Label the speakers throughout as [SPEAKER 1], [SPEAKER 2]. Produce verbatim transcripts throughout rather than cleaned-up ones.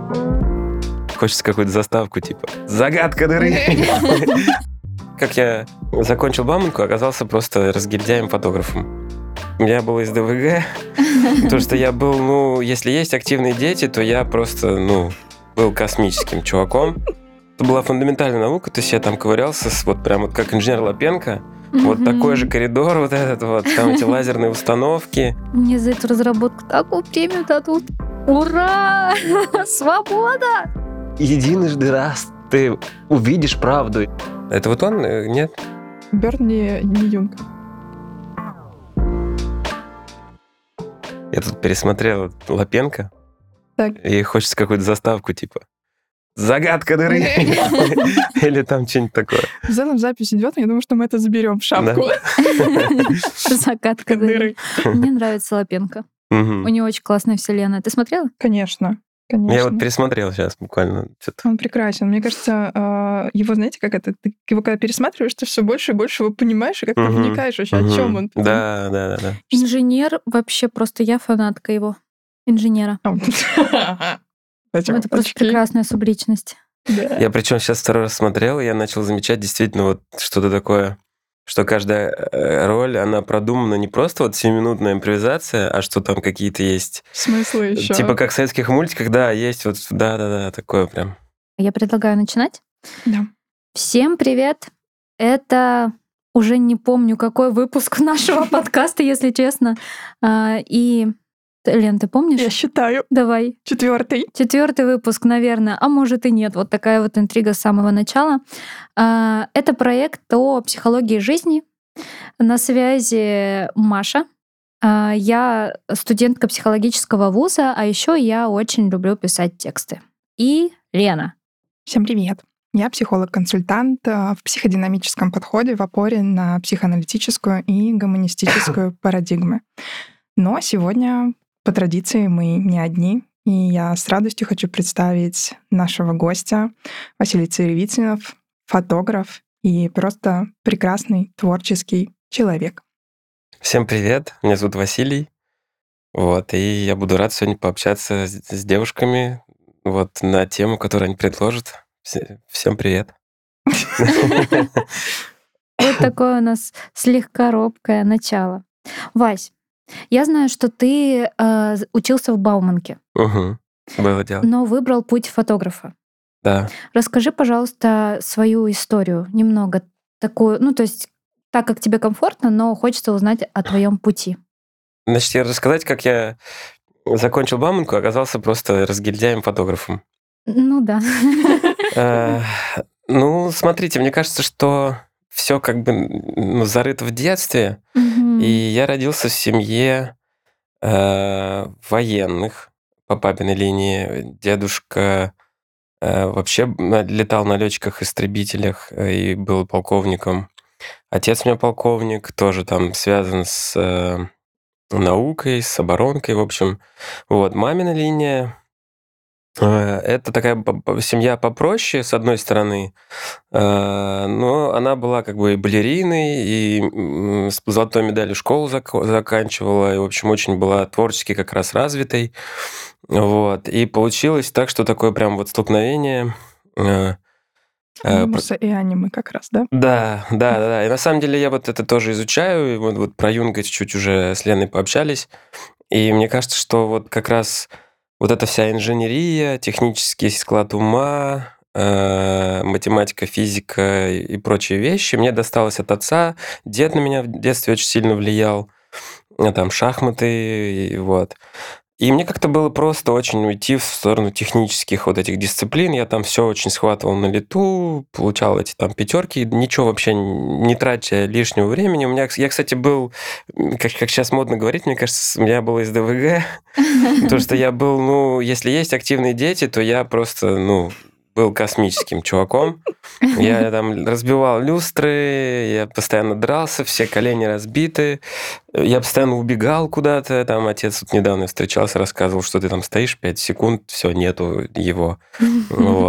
[SPEAKER 1] Хочется какую-то заставку, типа «Загадка дыры». Как я закончил Бауманку, оказался просто разгильдяем-фотографом. Я был из ДВГ, потому что я был, ну, если есть активные дети, то я просто, ну, был космическим чуваком. Это была фундаментальная наука, то есть я там ковырялся, с, вот прям вот как инженер Лапенко, mm-hmm. вот такой же коридор вот этот вот, там эти лазерные установки.
[SPEAKER 2] Мне за эту разработку такую премию дадут. Ура! Свобода!
[SPEAKER 1] Единожды раз ты увидишь правду. Это вот он? Нет?
[SPEAKER 3] Берни не Юнг.
[SPEAKER 1] Я тут пересмотрел Лапенко.
[SPEAKER 3] Так.
[SPEAKER 1] И хочется какую-то заставку, типа «Загадка дыры» или там что-нибудь такое.
[SPEAKER 3] В целом запись идет, я думаю, что мы это заберем в шапку.
[SPEAKER 2] Загадка дыры. Мне нравится Лапенко. У него очень классная вселенная. Ты смотрела?
[SPEAKER 3] Конечно. Конечно.
[SPEAKER 1] Я вот пересмотрел сейчас буквально что-то.
[SPEAKER 3] Он прекрасен. Мне кажется, его, знаете, как это, ты его когда пересматриваешь, ты все больше и больше его понимаешь, и как-то угу. вникаешь вообще, угу. о чем он.
[SPEAKER 1] Да, да, да, да.
[SPEAKER 2] Инженер вообще просто я фанатка его. Инженера. Это просто прекрасная субличность.
[SPEAKER 1] Я причем сейчас второй раз смотрел, и я начал замечать действительно вот что-то такое, что каждая роль, она продумана не просто вот семиминутная импровизация, а что там какие-то есть...
[SPEAKER 3] Смыслы еще.
[SPEAKER 1] Типа как в советских мультиках, да, есть вот, да-да-да, такое прям.
[SPEAKER 2] Я предлагаю начинать.
[SPEAKER 3] Да.
[SPEAKER 2] Всем привет. Это уже не помню, какой выпуск нашего подкаста, если честно. И, Лен, ты помнишь?
[SPEAKER 3] Я считаю.
[SPEAKER 2] Давай.
[SPEAKER 3] Четвертый.
[SPEAKER 2] Четвертый выпуск, наверное, а может и нет. Вот такая вот интрига с самого начала. Это проект о психологии жизни. На связи Маша. Я студентка психологического вуза, а еще я очень люблю писать тексты. И Лена.
[SPEAKER 3] Всем привет. Я психолог-консультант в психодинамическом подходе в опоре на психоаналитическую и гуманистическую парадигмы. Но сегодня, по традиции, мы не одни, и я с радостью хочу представить нашего гостя Василий Царевицынов, фотограф и просто прекрасный творческий человек.
[SPEAKER 1] Всем привет, меня зовут Василий, вот, и я буду рад сегодня пообщаться с, с девушками вот, на тему, которую они предложат. Всем привет.
[SPEAKER 2] Вот такое у нас слегка робкое начало. Вась, я знаю, что ты э, учился в Бауманке.
[SPEAKER 1] Угу. Было дело.
[SPEAKER 2] Но выбрал путь фотографа.
[SPEAKER 1] Да.
[SPEAKER 2] Расскажи, пожалуйста, свою историю немного такую, ну то есть так, как тебе комфортно, но хочется узнать о твоем пути.
[SPEAKER 1] Значит, я рассказать, как я закончил Бауманку, оказался просто разгильдяем-фотографом.
[SPEAKER 2] Ну да.
[SPEAKER 1] Ну, смотрите, мне кажется, что все как бы ну, зарыто в детстве, и я родился в семье военных по папиной линии. Дедушка вообще летал на летчиках-истребителях и был полковником. Отец у меня полковник, тоже там связан с э, наукой, с оборонкой, в общем. Вот, мамина линия э, это такая семья попроще, с одной стороны, э, но она была как бы и балериной, и э, с золотой медалью школу зак- заканчивала, и, в общем, очень была творчески как раз развитой. Вот, и получилось так, что такое прям вот столкновение... Э,
[SPEAKER 3] Анимуса и анимы как раз, да?
[SPEAKER 1] Да, да, да, да. И на самом деле я вот это тоже изучаю. И вот, вот про Юнга чуть-чуть уже с Леной пообщались. И мне кажется, что вот как раз вот эта вся инженерия, технический склад ума, э, математика, физика и прочие вещи мне досталось от отца. Дед на меня в детстве очень сильно влиял. Там шахматы, и вот. И мне как-то было просто очень уйти в сторону технических вот этих дисциплин. Я там все очень схватывал на лету, получал эти там пятерки, ничего вообще не тратя лишнего времени. У меня, я, кстати, был, как, как сейчас модно говорить, мне кажется, у меня было из ДВГ, потому что я был, ну, если есть активные дети, то я просто, ну, был космическим чуваком. Я там разбивал люстры, я постоянно дрался, все колени разбиты. Я постоянно убегал куда-то. Там отец тут недавно встречался, рассказывал, что ты там стоишь пять секунд, все, нету его. Вот.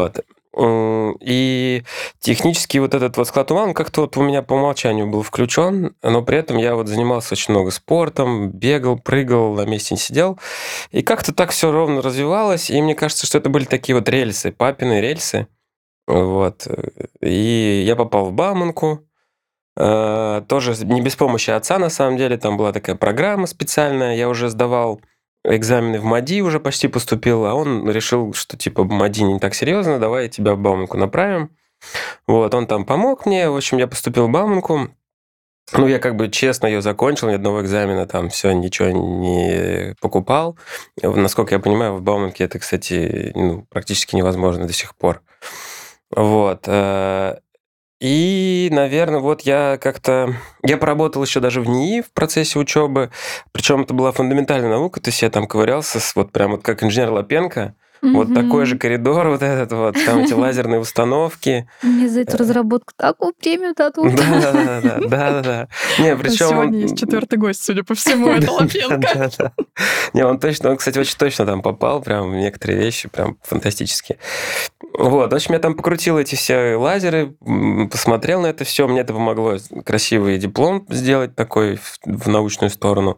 [SPEAKER 1] М, И технически вот этот вот склад ума, он как-то вот у меня по умолчанию был включен, но при этом я вот занимался очень много спортом, бегал, прыгал, на месте не сидел. И как-то так все ровно развивалось, и мне кажется, что это были такие вот рельсы, папины рельсы. Вот. И я попал в Бауманку, э, тоже не без помощи отца, на самом деле. Там была такая программа специальная. Я уже сдавал экзамены в МАДИ, уже почти поступил, а он решил, что типа МАДИ не так серьезно, давай тебя в Бауманку направим. Вот, он там помог мне. В общем, я поступил в Бауманку. Ну, я как бы честно ее закончил, ни одного экзамена там все, ничего не покупал. Насколько я понимаю, в Бауманке это, кстати, ну, практически невозможно до сих пор. Вот. э, И, наверное, вот я как-то... Я поработал еще даже в НИИ в процессе учебы. Причем это была фундаментальная наука. То есть я там ковырялся с, вот прям вот как инженер Лапенко. Вот такой же
[SPEAKER 2] Мгм.
[SPEAKER 1] коридор вот этот вот. Там эти лазерные установки.
[SPEAKER 2] Мне за эту разработку такую премию дадут.
[SPEAKER 1] Да-да-да. Да-да-да. Не, причем
[SPEAKER 3] Сегодня
[SPEAKER 1] он...
[SPEAKER 3] есть четвертый гость, судя по всему, это Лапенко.
[SPEAKER 1] Да-да-да. Не, он точно, он, кстати, очень точно там попал, прям в некоторые вещи, прям фантастические. Вот, в общем, я там покрутил эти все лазеры, м, посмотрел на это все, мне это помогло красивый диплом сделать такой в, в научную сторону.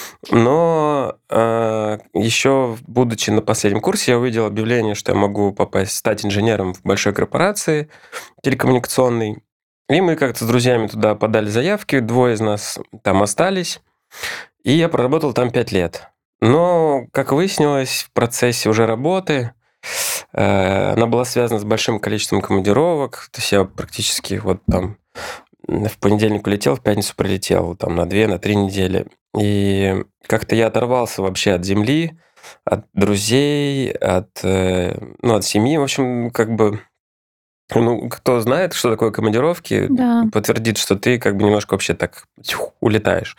[SPEAKER 1] Но э, еще, будучи на последнем курсе, я увидел объявление, что я могу попасть, стать инженером в большой корпорации телекоммуникационной. И мы как-то с друзьями туда подали заявки, двое из нас там остались, и я проработал там пять лет. Но, как выяснилось, в процессе уже работы э, она была связана с большим количеством командировок. То есть я практически вот там в понедельник улетел, в пятницу прилетел, там на две, на три недели. И как-то я оторвался вообще от земли, от друзей, от, э, ну, от семьи. В общем, как бы, ну, кто знает, что такое командировки,
[SPEAKER 2] Да.
[SPEAKER 1] подтвердит, что ты как бы немножко вообще так тьфу, улетаешь.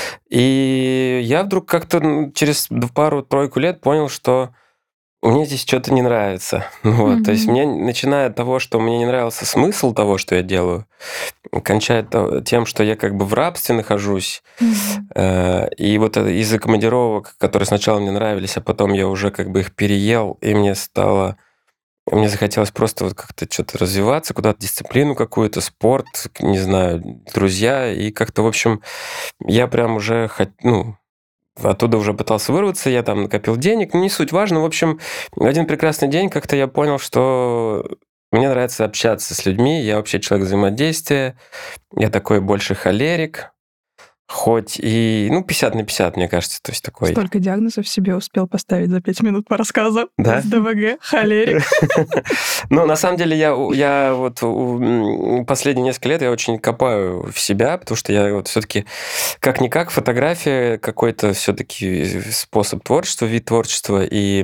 [SPEAKER 1] И я вдруг как-то ну, через пару-тройку лет понял, что мне здесь что-то не нравится. Вот. То есть
[SPEAKER 2] Мгм.
[SPEAKER 1] мне, начиная от того, что мне не нравился смысл того, что я делаю, кончая то- тем, что я как бы в рабстве нахожусь,
[SPEAKER 2] Мгм.
[SPEAKER 1] э, и вот это из-за командировок, которые сначала мне нравились, а потом я уже как бы их переел, и мне стало... Мне захотелось просто вот как-то что-то развиваться, куда-то дисциплину какую-то, спорт, не знаю, друзья. И как-то, в общем, я прям уже, хот- ну, оттуда уже пытался вырваться, я там накопил денег, ну, не суть важно. В общем, в один прекрасный день как-то я понял, что мне нравится общаться с людьми, я вообще человек взаимодействия, я такой больше холерик, хоть и, ну, пятьдесят на пятьдесят, мне кажется, то есть такой,
[SPEAKER 3] Столько диагнозов себе успел поставить за пять минут по рассказу.
[SPEAKER 1] да?
[SPEAKER 3] СДВГ, холерик.
[SPEAKER 1] Ну, на самом деле, я, у- я вот у- м, последние несколько лет я очень копаю в себя, потому что я вот все-таки как-никак фотография какой-то все-таки способ творчества, вид творчества, и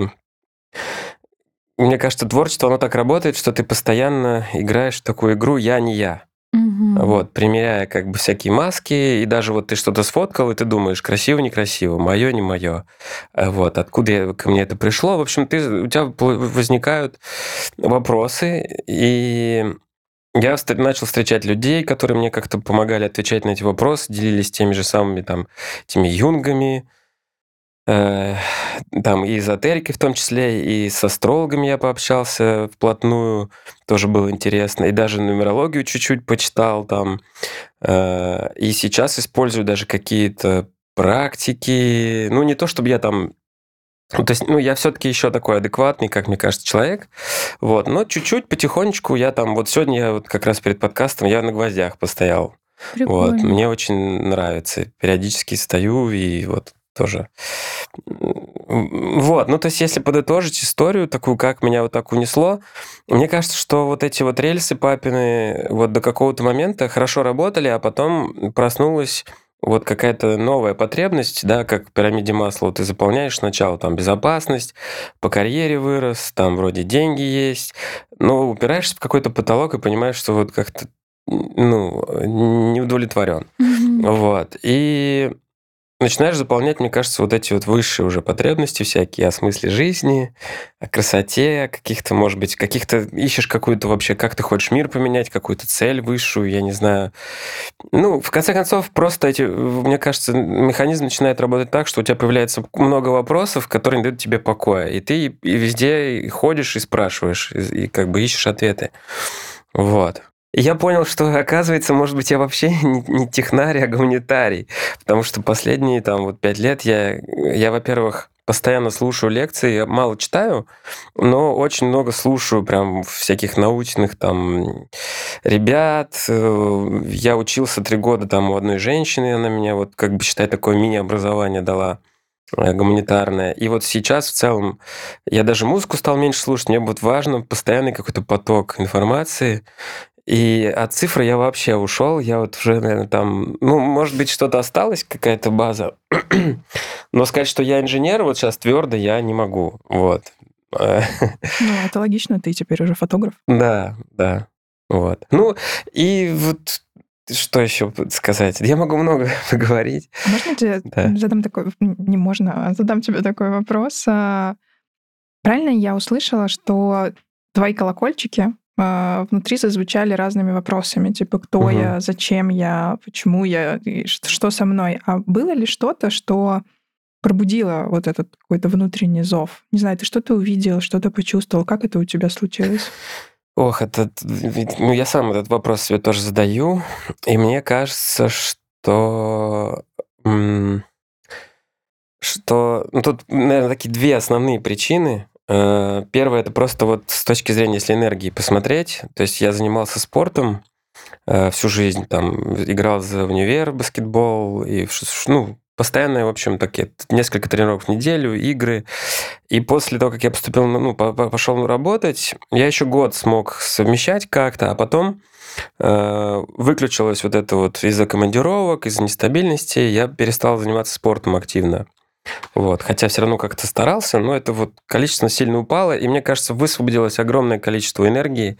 [SPEAKER 1] мне кажется, творчество, оно так работает, что ты постоянно играешь в такую игру «я не я».
[SPEAKER 2] Мгм.
[SPEAKER 1] Вот, примеряя как бы всякие маски, и даже вот ты что-то сфоткал, и ты думаешь, красиво, некрасиво, мое, не мое. Вот, откуда я- ко мне это пришло. В общем, ты, у тебя пл- возникают вопросы, и я встр- начал встречать людей, которые мне как-то помогали отвечать на эти вопросы, делились теми же самыми там, этими юнгами, э, там и эзотерики в том числе, и с астрологами я пообщался вплотную, тоже было интересно, и даже нумерологию чуть-чуть почитал там, Э, и сейчас использую даже какие-то практики. Ну, не то чтобы я там... ну, то есть, ну, я все-таки еще такой адекватный, как мне кажется, человек. Вот, но чуть-чуть, потихонечку я там... Вот сегодня я вот как раз перед подкастом я на гвоздях постоял. Вот,
[SPEAKER 2] Прикольно.
[SPEAKER 1] мне очень нравится. Периодически стою и вот тоже... М, Вот, ну, то есть, если подытожить историю такую, как меня вот так унесло, мне кажется, что вот эти вот рельсы папины вот до какого-то момента хорошо работали, а потом проснулась вот какая-то новая потребность, да, как в пирамиде Маслоу ты заполняешь сначала там безопасность, по карьере вырос, там вроде деньги есть, но упираешься в какой-то потолок и понимаешь, что вот как-то, ну, не удовлетворен.
[SPEAKER 2] Мгм.
[SPEAKER 1] Вот. И начинаешь заполнять, мне кажется, вот эти вот высшие уже потребности всякие о смысле жизни, о красоте, о каких-то, может быть, каких-то ищешь какую-то вообще, как ты хочешь мир поменять, какую-то цель высшую, я не знаю. Ну, в конце концов, просто эти, мне кажется, механизм начинает работать так, что у тебя появляется много вопросов, которые не дают тебе покоя, и ты и везде ходишь и спрашиваешь, и, и как бы ищешь ответы. Вот. И я понял, что, оказывается, может быть, я вообще не, не технарь, а гуманитарий. Потому что последние там вот пять лет я, я, во-первых, постоянно слушаю лекции, я мало читаю, но очень много слушаю прям всяких научных там ребят. Я учился три года там у одной женщины, она меня вот как бы, считай, такое мини-образование дала гуманитарное. И вот сейчас в целом я даже музыку стал меньше слушать, мне вот важно постоянный какой-то поток информации. И от цифры я вообще ушел. Я вот уже, наверное, там... Ну, может быть, что-то осталось, какая-то база. Но сказать, что я инженер, вот сейчас твердо я не могу. Вот.
[SPEAKER 3] Ну, это логично, ты теперь уже фотограф.
[SPEAKER 1] Да, да. Вот. Ну, и вот что еще сказать? Я могу много поговорить.
[SPEAKER 3] Можно тебе
[SPEAKER 1] Да.
[SPEAKER 3] задам такой... Не можно, а задам тебе такой вопрос. Правильно я услышала, что твои колокольчики внутри зазвучали разными вопросами, типа кто
[SPEAKER 1] Угу.
[SPEAKER 3] я, зачем я, почему я, и что со мной. А было ли что-то, что пробудило вот этот какой-то внутренний зов? Не знаю, ты что-то увидел, что-то почувствовал? Как это у тебя случилось?
[SPEAKER 1] Ох, это... Ну, я сам этот вопрос себе тоже задаю, и мне кажется, что... Что... Ну, тут, наверное, такие две основные причины. Первое, это просто вот с точки зрения, если энергии посмотреть. То есть я занимался спортом всю жизнь, там, играл за универ, баскетбол, и, ну, постоянно, в общем, такие несколько тренировок в неделю, игры. И после того, как я поступил, ну, пошел работать, я еще год смог совмещать как-то, а потом э, выключилось вот это вот из-за командировок, из-за нестабильности, я перестал заниматься спортом активно. Вот. Хотя все равно как-то старался, но это вот количество сильно упало, и мне кажется, высвободилось огромное количество энергии,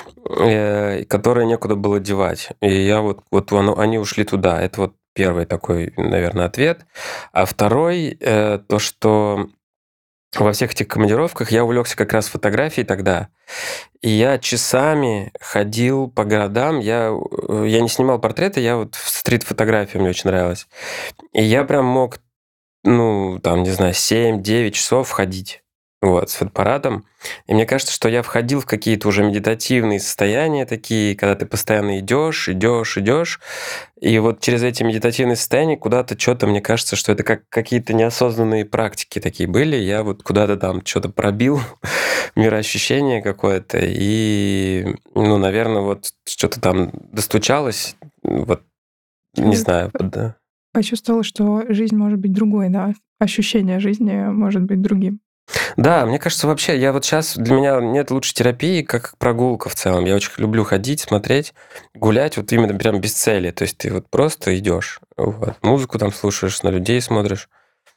[SPEAKER 1] э, которое некуда было девать. И я вот, вот оно, они ушли туда. Это вот первый такой, наверное, ответ. А второй, э, то, что во всех этих командировках я увлекся как раз фотографией тогда, и я часами ходил по городам, я, я не снимал портреты, я вот в стрит-фотографии мне очень нравилось. И я прям мог, ну, там, не знаю, семь-девять часов ходить. Вот, с фотоаппаратом. И мне кажется, что я входил в какие-то уже медитативные состояния такие, когда ты постоянно идешь, идешь, идешь. И вот через эти медитативные состояния куда-то что-то, мне кажется, что это как какие-то неосознанные практики такие были. Я вот куда-то там что-то пробил, мироощущение какое-то. И, ну, наверное, вот что-то там достучалось. Вот, не знаю, да.
[SPEAKER 3] Почувствовала, что жизнь может быть другой, да? Ощущение жизни может быть другим.
[SPEAKER 1] Да, мне кажется, вообще, я вот сейчас, для меня нет лучшей терапии, как прогулка в целом. Я очень люблю ходить, смотреть, гулять, вот именно прям без цели. То есть ты вот просто идешь, вот, музыку там слушаешь, на людей смотришь.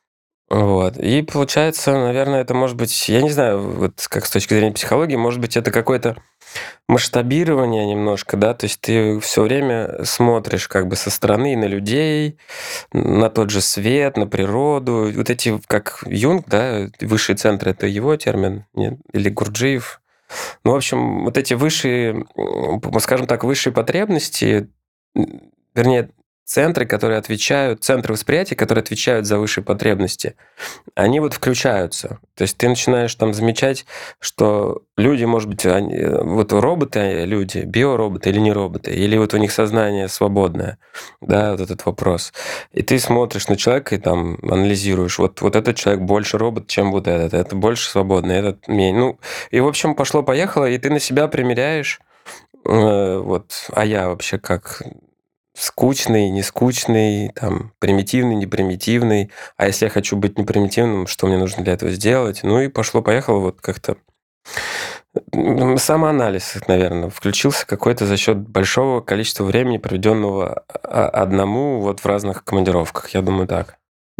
[SPEAKER 1] Вот. И получается, наверное, это может быть, я не знаю, вот как с точки зрения психологии, может быть, это какое-то масштабирование немножко, да, то есть ты все время смотришь как бы со стороны на людей, на тот же свет, на природу. Вот эти, как Юнг, да, высшие центры, это его термин, нет? Или Гурджиев. Ну, в общем, вот эти высшие, скажем так, высшие потребности, вернее, центры, которые отвечают, центры восприятия, которые отвечают за высшие потребности, они вот включаются. То есть ты начинаешь там замечать, что люди, может быть, они, вот роботы, люди, биороботы или не роботы, или вот у них сознание свободное, да, вот этот вопрос. И ты смотришь на человека и там анализируешь, вот, вот этот человек больше робот, чем вот этот, это больше свободный, этот менее. Ну, и, в общем, пошло-поехало, и ты на себя примеряешь, э, вот, а я вообще как... скучный, не скучный, там, примитивный, не примитивный. А если я хочу быть непримитивным, что мне нужно для этого сделать? Ну и пошло-поехало вот как-то. Самоанализ, наверное, включился какой-то за счет большого количества времени, проведенного одному вот в разных командировках. Я думаю, так.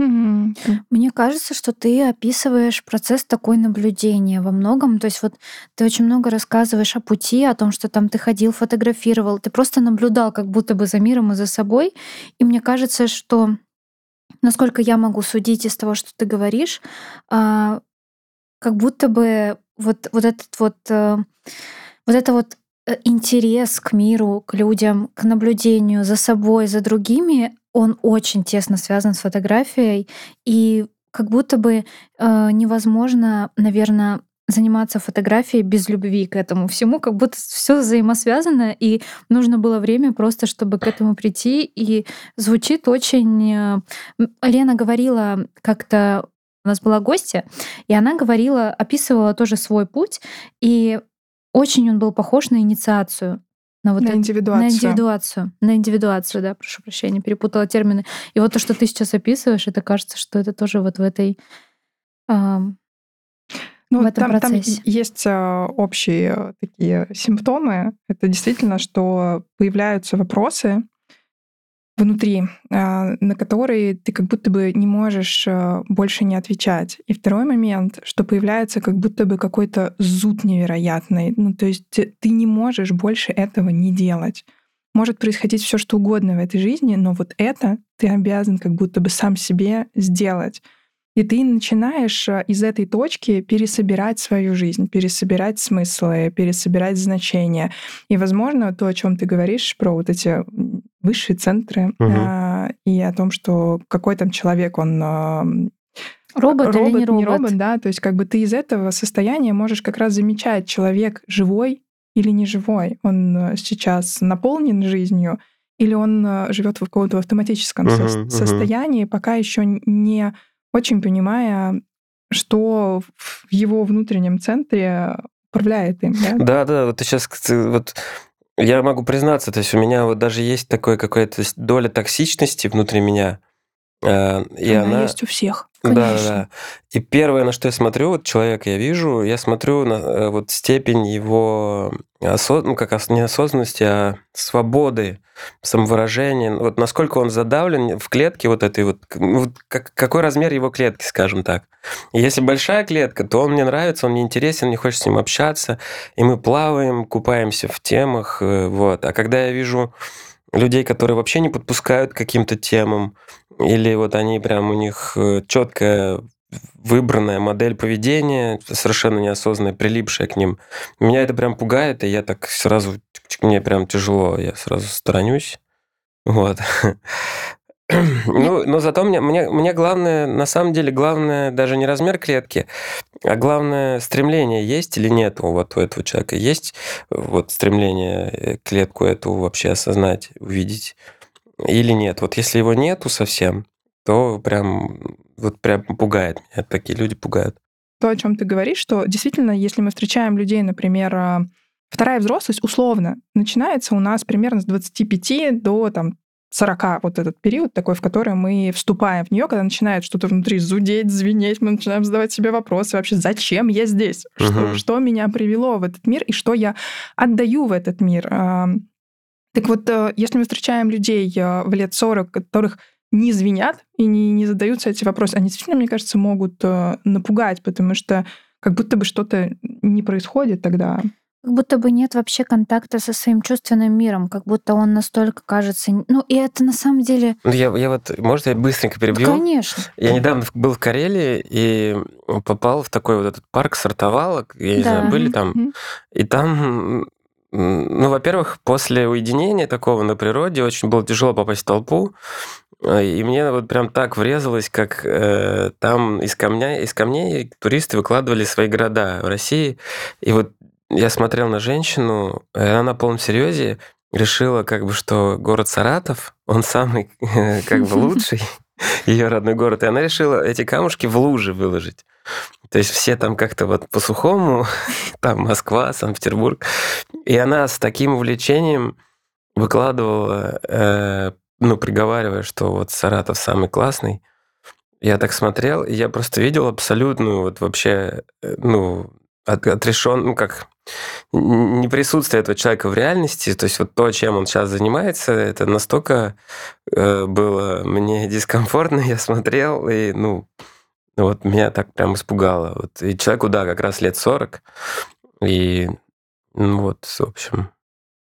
[SPEAKER 2] Мне кажется, что ты описываешь процесс такой наблюдения во многом. То есть вот ты очень много рассказываешь о пути, о том, что там ты ходил, фотографировал. Ты просто наблюдал как будто бы за миром и за собой. И мне кажется, что насколько я могу судить из того, что ты говоришь, а, как будто бы вот, вот этот вот, э, вот это вот э, интерес к миру, к людям, к наблюдению за собой, за другими, он очень тесно связан с фотографией. И как будто бы э, невозможно, наверное, заниматься фотографией без любви к этому всему, как будто все взаимосвязано, и нужно было время просто, чтобы к этому прийти. И звучит очень... э, м, Лена говорила как-то, у нас была гостья, и она говорила, описывала тоже свой путь, и очень он был похож на инициацию, на вот
[SPEAKER 3] На
[SPEAKER 2] это, на
[SPEAKER 3] индивидуацию.
[SPEAKER 2] индивидуацию, на индивидуацию, да, прошу прощения, перепутала термины. И вот то, что ты сейчас описываешь, это кажется, что это тоже вот в этой ам, в
[SPEAKER 3] Ну,
[SPEAKER 2] этом
[SPEAKER 3] там, там и-
[SPEAKER 2] процессе.
[SPEAKER 3] есть а, общие а, такие симптомы. Это действительно, что появляются вопросы внутри, а, на которые ты как будто бы не можешь а, больше не отвечать. И второй момент, что появляется как будто бы какой-то зуд невероятный. Ну, то есть ты ты не можешь больше этого не делать. Может происходить все, что угодно в этой жизни, но вот это ты обязан как будто бы сам себе сделать. И ты начинаешь а, из этой точки пересобирать свою жизнь, пересобирать смыслы, пересобирать значения. И, возможно, то, о чем ты говоришь, про вот эти м, высшие центры,
[SPEAKER 1] Мгм.
[SPEAKER 3] а, и о том, что какой там человек, он а, м,
[SPEAKER 2] Робот или не
[SPEAKER 3] робот, не робот,
[SPEAKER 2] робот?
[SPEAKER 3] да, то есть как бы ты из этого состояния можешь как раз замечать, человек живой или не живой, он а, сейчас наполнен жизнью, или он живет в каком-то автоматическом сос-
[SPEAKER 1] Мгм. Мгм.
[SPEAKER 3] состоянии, пока еще не очень понимая, что в его внутреннем центре управляет им, да?
[SPEAKER 1] Да, да, вот ты сейчас вот я могу признаться, то есть у меня вот даже есть такой какая-то с- доля токсичности внутри меня, а, и
[SPEAKER 3] Она
[SPEAKER 1] она,
[SPEAKER 3] есть у всех.
[SPEAKER 1] да, да,
[SPEAKER 2] Конечно.
[SPEAKER 1] да. И первое, на что я смотрю, вот человека я вижу, я смотрю на э, вот степень его осо- ну, как ос- не осознанности, а свободы, самовыражения. Вот насколько он задавлен в клетке вот этой вот, к- ну, вот как- какой размер его клетки, скажем так. И если большая клетка, то он мне нравится, он мне интересен, мне хочется с ним общаться, и мы плаваем, купаемся в темах, э, вот. А когда я вижу людей, которые вообще не подпускают к каким-то темам, или вот они прям у них четкая выбранная модель поведения, совершенно неосознанная, прилипшая к ним. Меня это прям пугает, и я так сразу, чик-чик, мне прям тяжело, я сразу сторонюсь. Вот.
[SPEAKER 2] Мне
[SPEAKER 1] Ну, но зато мне, мне, мне главное, на самом деле, главное даже не размер клетки, а главное стремление есть или нет у вот у этого человека. Есть вот стремление э, клетку эту вообще осознать, увидеть или нет. Вот если его нету совсем, то прям вот прям пугает меня. Такие люди пугают.
[SPEAKER 3] То, о чем ты говоришь, что действительно, если мы встречаем людей, например, а, вторая взрослость условно начинается у нас примерно с двадцати пяти до там, сорока, вот этот период такой, в который мы вступаем в нее, когда начинает что-то внутри зудеть, звенеть, мы начинаем задавать себе вопросы вообще, зачем я здесь, что,
[SPEAKER 1] Мгм.
[SPEAKER 3] что меня привело в этот мир и что я отдаю в этот мир. А, Так вот, э, если мы встречаем людей э, в лет сорок, которых не звенят и не, не задаются эти вопросы, они действительно, мне кажется, могут э, напугать, потому что как будто бы что-то не происходит тогда.
[SPEAKER 2] как будто бы нет вообще контакта со своим чувственным миром, как будто он настолько кажется... н- Ну, и это на самом деле...
[SPEAKER 1] Ну, я, я вот, может, я быстренько
[SPEAKER 2] Да,
[SPEAKER 1] перебью?
[SPEAKER 2] конечно.
[SPEAKER 1] Я недавно в- был в Карелии и попал в такой вот этот парк сортовалок, я не знаю,
[SPEAKER 2] Да.
[SPEAKER 1] были
[SPEAKER 3] Мгм,
[SPEAKER 1] там,
[SPEAKER 3] мгм.
[SPEAKER 1] и там, м, ну, во-первых, после уединения такого на природе очень было тяжело попасть в толпу, а, и мне вот прям так врезалось, как э, там из камня, из камней туристы выкладывали свои города в России, и вот я смотрел на женщину, и она на полном серьезе решила, как бы, что город Саратов, он самый, как бы, лучший, ее родной город, и она решила эти камушки в лужи выложить. То есть все там как-то вот по-сухому, там Москва, Санкт-Петербург. И она с таким увлечением выкладывала, э, ну, приговаривая, что вот Саратов самый классный. Я так смотрел, и я просто видел абсолютную вот вообще, э, ну, от, отрешен, ну, как н- не присутствие этого человека в реальности. То есть вот то, чем он сейчас занимается, это настолько э, было мне дискомфортно. Я смотрел, и, ну, вот меня так прям испугало. Вот. И человеку, да, как раз лет сорок. И, ну, вот, в общем.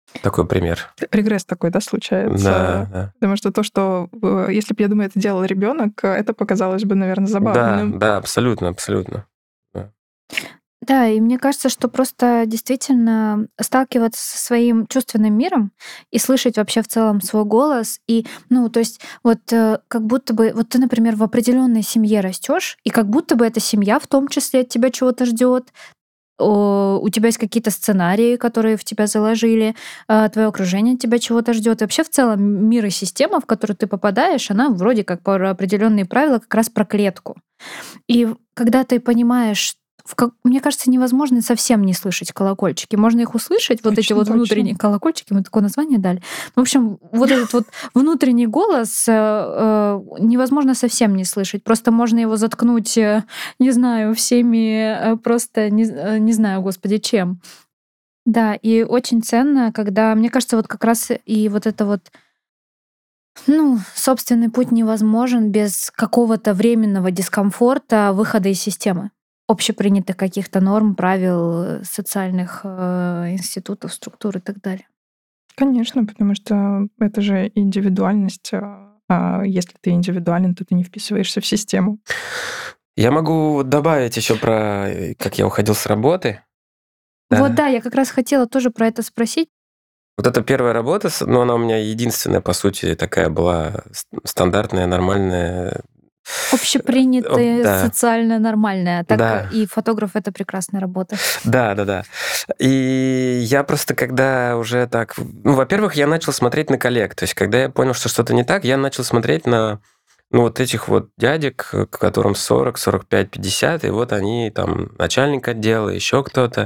[SPEAKER 1] Такой пример.
[SPEAKER 3] Регресс такой, да, случается?
[SPEAKER 1] Да, да.
[SPEAKER 3] Потому что то, что э, если бы, я думаю, это делал ребенок, это показалось бы, наверное,
[SPEAKER 1] Да,
[SPEAKER 3] забавным.
[SPEAKER 1] да, абсолютно, абсолютно. Да.
[SPEAKER 2] Да, и мне кажется, что просто действительно сталкиваться со своим чувственным миром и слышать вообще в целом свой голос. И, ну, то есть вот э, как будто бы, вот ты, например, в определенной семье растешь, и как будто бы эта семья в том числе от тебя чего-то ждет. У тебя есть какие-то сценарии, которые в тебя заложили, твое окружение от тебя чего-то ждет. И вообще в целом мир и система, в которую ты попадаешь, она вроде как по определенные правила как раз про клетку. И когда ты понимаешь, в как... мне кажется, невозможно совсем не слышать колокольчики. Можно их услышать, вот
[SPEAKER 3] Точно,
[SPEAKER 2] эти вот
[SPEAKER 3] точно.
[SPEAKER 2] внутренние колокольчики, мы такое название дали. В общем, вот этот вот внутренний голос э, э, невозможно совсем не слышать. Просто можно его заткнуть, э, не знаю, всеми э, просто, не, э, не знаю, господи, чем. Да, и очень ценно, когда, мне кажется, вот как раз и вот это вот, ну, собственный путь невозможен без какого-то временного дискомфорта выхода из системы общепринятых каких-то норм, правил, социальных э, институтов, структур и так далее.
[SPEAKER 3] Конечно, потому что это же индивидуальность. А если ты индивидуален, то ты не вписываешься в систему.
[SPEAKER 1] Я могу добавить еще про, как я уходил с работы.
[SPEAKER 2] Вот да, я как раз хотела тоже про это спросить.
[SPEAKER 1] Вот эта первая работа, ну, она у меня единственная, по сути, такая была стандартная, нормальная.
[SPEAKER 2] Общепринятая,
[SPEAKER 1] Да.
[SPEAKER 2] социально нормальная. Так
[SPEAKER 1] Да.
[SPEAKER 2] и фотограф — это прекрасная работа.
[SPEAKER 1] Да, да, да. И я просто, когда уже так... Ну, во-первых, я начал смотреть на коллег. То есть, когда я понял, что что-то не так, я начал смотреть на ну, вот этих вот дядек, которым сорок, сорок пять, пятьдесят, и вот они там начальник отдела, еще кто-то.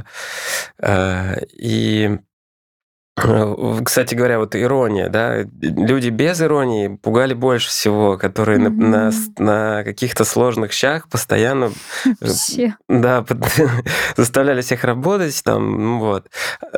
[SPEAKER 1] И... Кстати говоря, вот ирония, да, люди без иронии пугали больше всего, которые mm-hmm. на, на, на каких-то сложных щах постоянно
[SPEAKER 2] Все.
[SPEAKER 1] Да, заставляли всех работать, там, вот.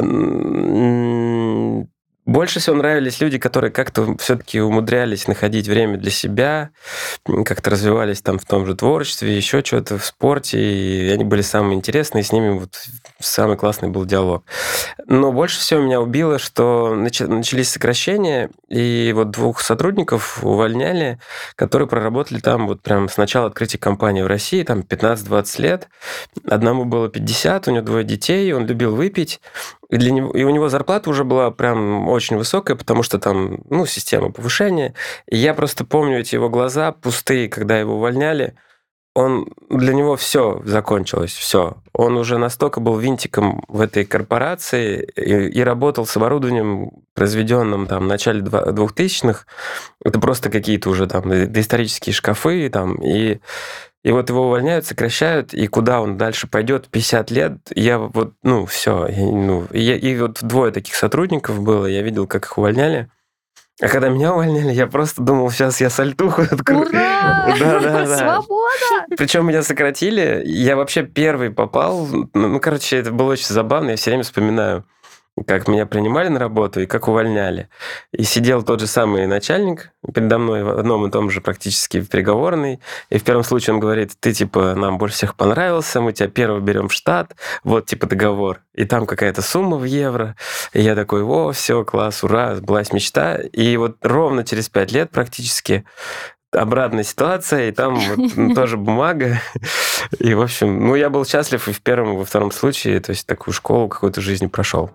[SPEAKER 1] Больше всего нравились люди, которые как-то все-таки умудрялись находить время для себя, как-то развивались там в том же творчестве, еще что-то в спорте, и они были самые интересные, с ними вот самый классный был диалог. Но больше всего меня убило, что начались сокращения, и вот двух сотрудников увольняли, которые проработали там вот прям с начала открытия компании в России, там пятнадцать-двадцать лет. Одному было пятьдесят, у него двое детей, он любил выпить, и, для него, и у него зарплата уже была прям очень высокая, потому что там, ну, система повышения. И я просто помню эти его глаза пустые, когда его увольняли. Он, для него все закончилось, все. Он уже настолько был винтиком в этой корпорации и, и работал с оборудованием, произведенным там в начале двухтысячных. Это просто какие-то уже там доисторические шкафы. Там, и, и вот его увольняют, сокращают, и куда он дальше пойдет, пятьдесят лет, я вот, ну, все. Ну, и, и вот двое таких сотрудников было, я видел, как их увольняли. А когда меня увольняли, я просто думал, сейчас я сальтуху открою.
[SPEAKER 2] Ура!
[SPEAKER 1] Да, да, да.
[SPEAKER 2] Свобода!
[SPEAKER 1] Причем меня сократили. Я вообще первый попал. Ну, короче, это было очень забавно. Я все время вспоминаю, как меня принимали на работу и как увольняли. И сидел тот же самый начальник передо мной в одном и том же практически в переговорной. И в первом случае он говорит, ты, типа, нам больше всех понравился, мы тебя первого берем в штат, вот, типа, договор. И там какая-то сумма в евро. И я такой, о, все, класс, ура, сбылась мечта. И вот ровно через пять лет практически обратная ситуация, и там вот тоже бумага. И, в общем, ну, я был счастлив и в первом, и во втором случае, то есть такую школу какой-то жизни прошел.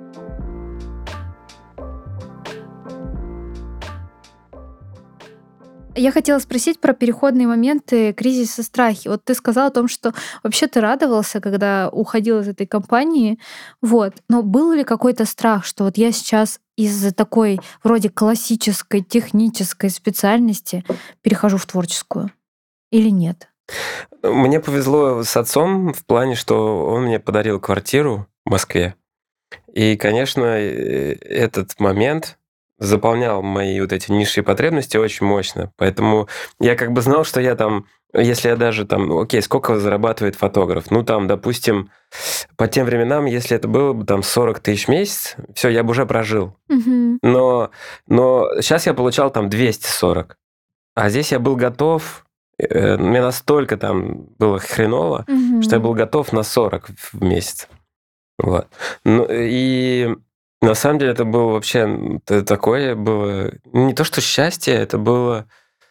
[SPEAKER 2] Я хотела спросить про переходные моменты кризиса, страхи. Вот ты сказал о том, что вообще ты радовался, когда уходил из этой компании. Вот. Но был ли какой-то страх, что вот я сейчас из такой вроде классической технической специальности перехожу в творческую? Или нет?
[SPEAKER 1] Мне повезло с отцом в плане, что он мне подарил квартиру в Москве. И, конечно, этот момент заполнял мои вот эти низшие потребности очень мощно. Поэтому я как бы знал, что я там, если я даже там, окей, сколько зарабатывает фотограф? Ну, там, допустим, по тем временам, если это было бы там сорок тысяч в месяц, все, я бы уже прожил.
[SPEAKER 2] Угу.
[SPEAKER 1] Но, но сейчас я получал там двести сорок. А здесь я был готов, э, мне настолько там было хреново,
[SPEAKER 2] угу.
[SPEAKER 1] что я был готов на сорок в месяц. Вот. Ну, и... На самом деле это было вообще м, т- такое было не то что счастье, это было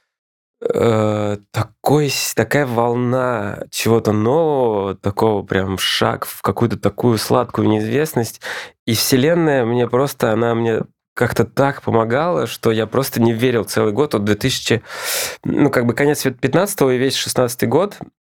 [SPEAKER 1] э, такой, с- такая волна чего-то нового, такого прям шаг в какую-то такую сладкую неизвестность. И Вселенная мне просто, она мне как-то так помогала, что я просто не верил целый год. Вот две тысячи, ну как бы конец пятнадцатого и весь шестнадцатый год,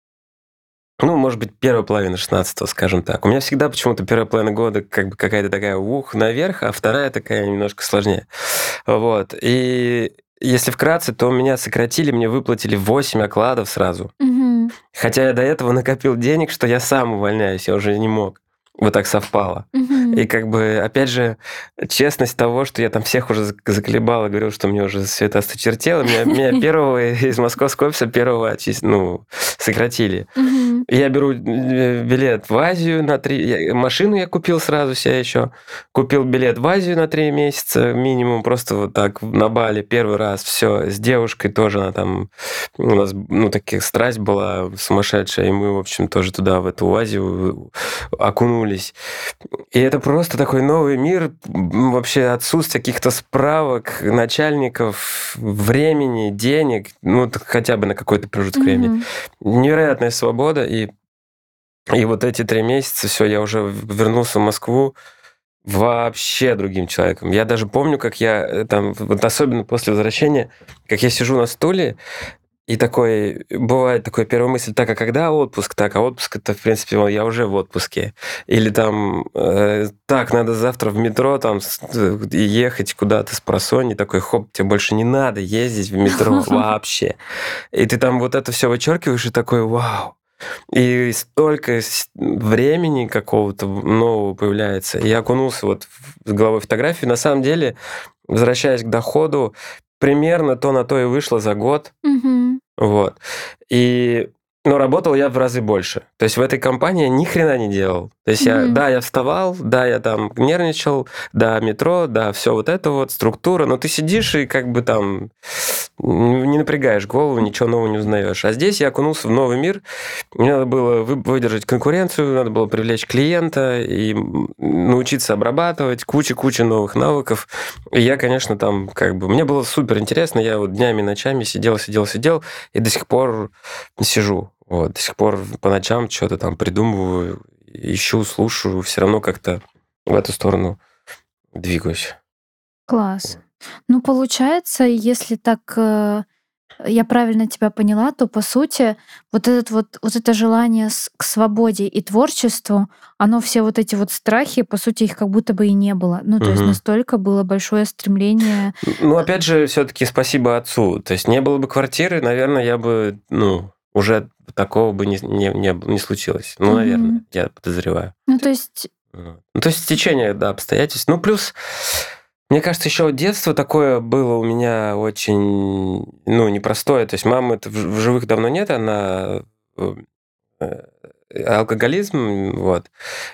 [SPEAKER 1] ну, может быть, первая половина шестнадцатого, скажем так. У меня всегда почему-то первая половина года как бы какая-то такая ух, наверх, а вторая такая немножко сложнее. Вот. И если вкратце, то меня сократили, мне выплатили восемь окладов сразу.
[SPEAKER 2] Мгм.
[SPEAKER 1] Хотя я до этого накопил денег, что я сам увольняюсь, я уже не мог. Вот так совпало. И
[SPEAKER 2] Мгм.
[SPEAKER 1] как бы, опять же, честность того, что я там всех уже зак- заколебал и говорил, что мне уже все это осточертело, меня, меня первого из московского офиса первого отчис- ну, сократили.
[SPEAKER 2] Мгм.
[SPEAKER 1] Я беру э, билет в Азию на три... я- машину я купил сразу себе еще. Купил билет в Азию на три месяца минимум, просто вот так на Бали первый раз. Все, с девушкой тоже она там... У нас, ну, таких страсть была сумасшедшая, и мы, в общем, тоже туда, в эту Азию окунулись. И это просто такой новый мир, м, вообще отсутствие каких-то справок, начальников, времени, денег, ну, так хотя бы на какой-то промежуток времени.
[SPEAKER 2] Мгм.
[SPEAKER 1] Невероятная свобода, и, и вот эти три месяца, все, я уже вернулся в Москву вообще другим человеком. Я даже помню, как я э, там, вот особенно после возвращения, как я сижу на стуле, и такой, бывает такой первая мысль, так, а когда отпуск? Так, а отпуск это, в принципе, я уже в отпуске. Или там, э, так, надо завтра в метро там с- э, и ехать куда-то с просони, такой, хоп, тебе больше не надо ездить в метро вообще. И ты там вот это все вычеркиваешь и такой, вау. И столько с- времени какого-то нового появляется. И я окунулся вот в- с головой в фотографию. На самом деле, возвращаясь к доходу, примерно то на то и вышло за год.
[SPEAKER 2] Мгм.
[SPEAKER 1] Вот. И, ну, работал я в разы больше. То есть в этой компании я ни хрена не делал. То есть я,
[SPEAKER 2] Мгм.
[SPEAKER 1] да, я вставал, да, я там нервничал, да, метро, да, все вот это вот, структура, но ты сидишь и как бы там н- не напрягаешь голову, ничего нового не узнаешь. А здесь я окунулся в новый мир, мне надо было вы- выдержать конкуренцию, надо было привлечь клиента и м, научиться обрабатывать, куча-куча новых навыков. И я, конечно, там как бы... Мне было супер интересно, я вот днями, ночами сидел, сидел, сидел, и до сих пор сижу. Вот, до сих пор по ночам что-то там придумываю, ищу, слушаю, все равно как-то в эту сторону двигаюсь.
[SPEAKER 2] Класс. Ну, получается, если так, э, я правильно тебя поняла, то по сути вот этот вот вот это желание с- к свободе и творчеству, оно все вот эти вот страхи, по сути, их как будто бы и не было. Ну, то есть
[SPEAKER 1] Мгм.
[SPEAKER 2] настолько было большое стремление.
[SPEAKER 1] Ну, опять же, все-таки спасибо отцу. То есть не было бы квартиры, наверное, я бы, ну, уже такого бы не, не, не, не случилось. Ну, наверное,
[SPEAKER 2] Мгм.
[SPEAKER 1] я подозреваю.
[SPEAKER 2] Ну, то есть,
[SPEAKER 1] Вот. Ну, то есть стечение, да, обстоятельств. Ну, плюс, мне кажется, еще детство такое было у меня очень, ну, непростое. То есть мамы в в живых давно нет, она э, э, алкоголизм, вот.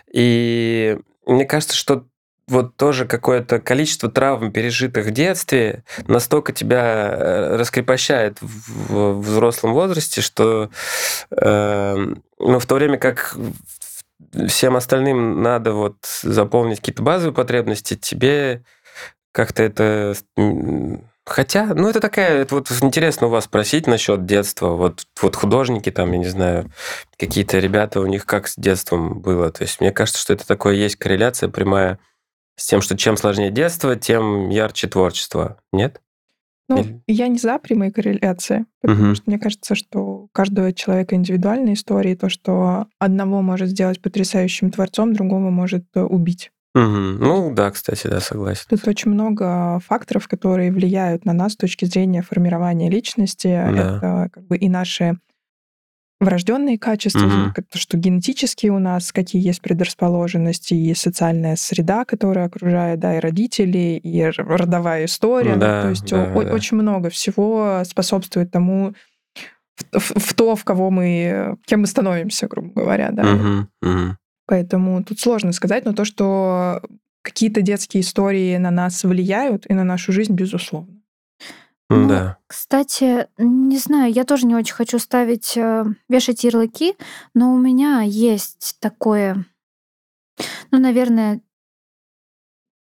[SPEAKER 1] И мне кажется, что вот тоже какое-то количество травм, пережитых в детстве, настолько тебя э, раскрепощает в в взрослом возрасте, что э, ну, в то время как в- всем остальным надо вот заполнить какие-то базовые потребности, тебе как-то это... м, Хотя, ну, это такая... Это вот интересно у вас спросить насчет детства. Вот, вот художники там, я не знаю, какие-то ребята, у них как с детством было. То есть мне кажется, что это такое есть корреляция прямая с тем, что чем сложнее детство, тем ярче творчество. Нет?
[SPEAKER 3] Ну,
[SPEAKER 1] Или-
[SPEAKER 3] я не за прямые корреляции, потому
[SPEAKER 1] Мгм.
[SPEAKER 3] что мне кажется, что у каждого человека индивидуальная история, и то, что одного может сделать потрясающим творцом, другого может э, убить.
[SPEAKER 1] Мгм. Ну, да, кстати, да, согласен.
[SPEAKER 3] Тут очень много факторов, которые влияют на нас с точки зрения формирования личности.
[SPEAKER 1] Да.
[SPEAKER 3] Это как бы и наши врожденные качества,
[SPEAKER 1] Мгм.
[SPEAKER 3] как то, что генетические у нас, какие есть предрасположенности, и социальная среда, которая окружает, да, и родители, и р- родовая история. Ну, то
[SPEAKER 1] Да,
[SPEAKER 3] есть о-
[SPEAKER 1] да,
[SPEAKER 3] о-
[SPEAKER 1] да.
[SPEAKER 3] очень много всего способствует тому, в, в- в то, в кого мы, кем мы становимся, грубо говоря, да.
[SPEAKER 1] Мгм. Мгм.
[SPEAKER 3] Поэтому тут сложно сказать, но то, что какие-то детские истории на нас влияют и на нашу жизнь, безусловно.
[SPEAKER 2] ну,
[SPEAKER 1] Да.
[SPEAKER 2] кстати, не знаю, я тоже не очень хочу ставить, э, вешать ярлыки, но у меня есть такое, ну, наверное,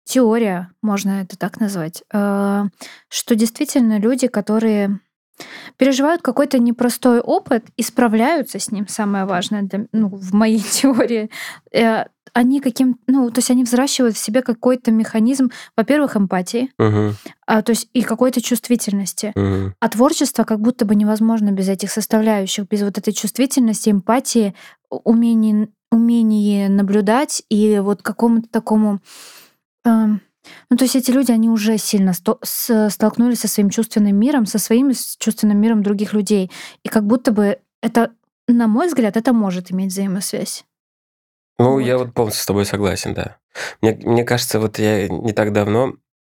[SPEAKER 2] теория, можно это так назвать, э, что действительно люди, которые переживают какой-то непростой опыт и справляются с ним, самое важное для, ну, в моей теории, э, они каким, ну, то есть они взращивают в себе какой-то механизм, во-первых, эмпатии,
[SPEAKER 1] Мгм.
[SPEAKER 2] а, то есть и какой-то чувствительности.
[SPEAKER 1] Мгм.
[SPEAKER 2] А творчество как будто бы невозможно без этих составляющих, без вот этой чувствительности, эмпатии, у- умений, умение наблюдать и вот какому-то такому... эм, ну, то есть эти люди, они уже сильно сто- с- столкнулись со своим чувственным миром, со своим с чувственным миром других людей. И как будто бы это, на мой взгляд, это может иметь взаимосвязь.
[SPEAKER 1] Ну, я
[SPEAKER 2] Вот.
[SPEAKER 1] вот полностью с тобой согласен, да. Мне, мне кажется, вот я не так давно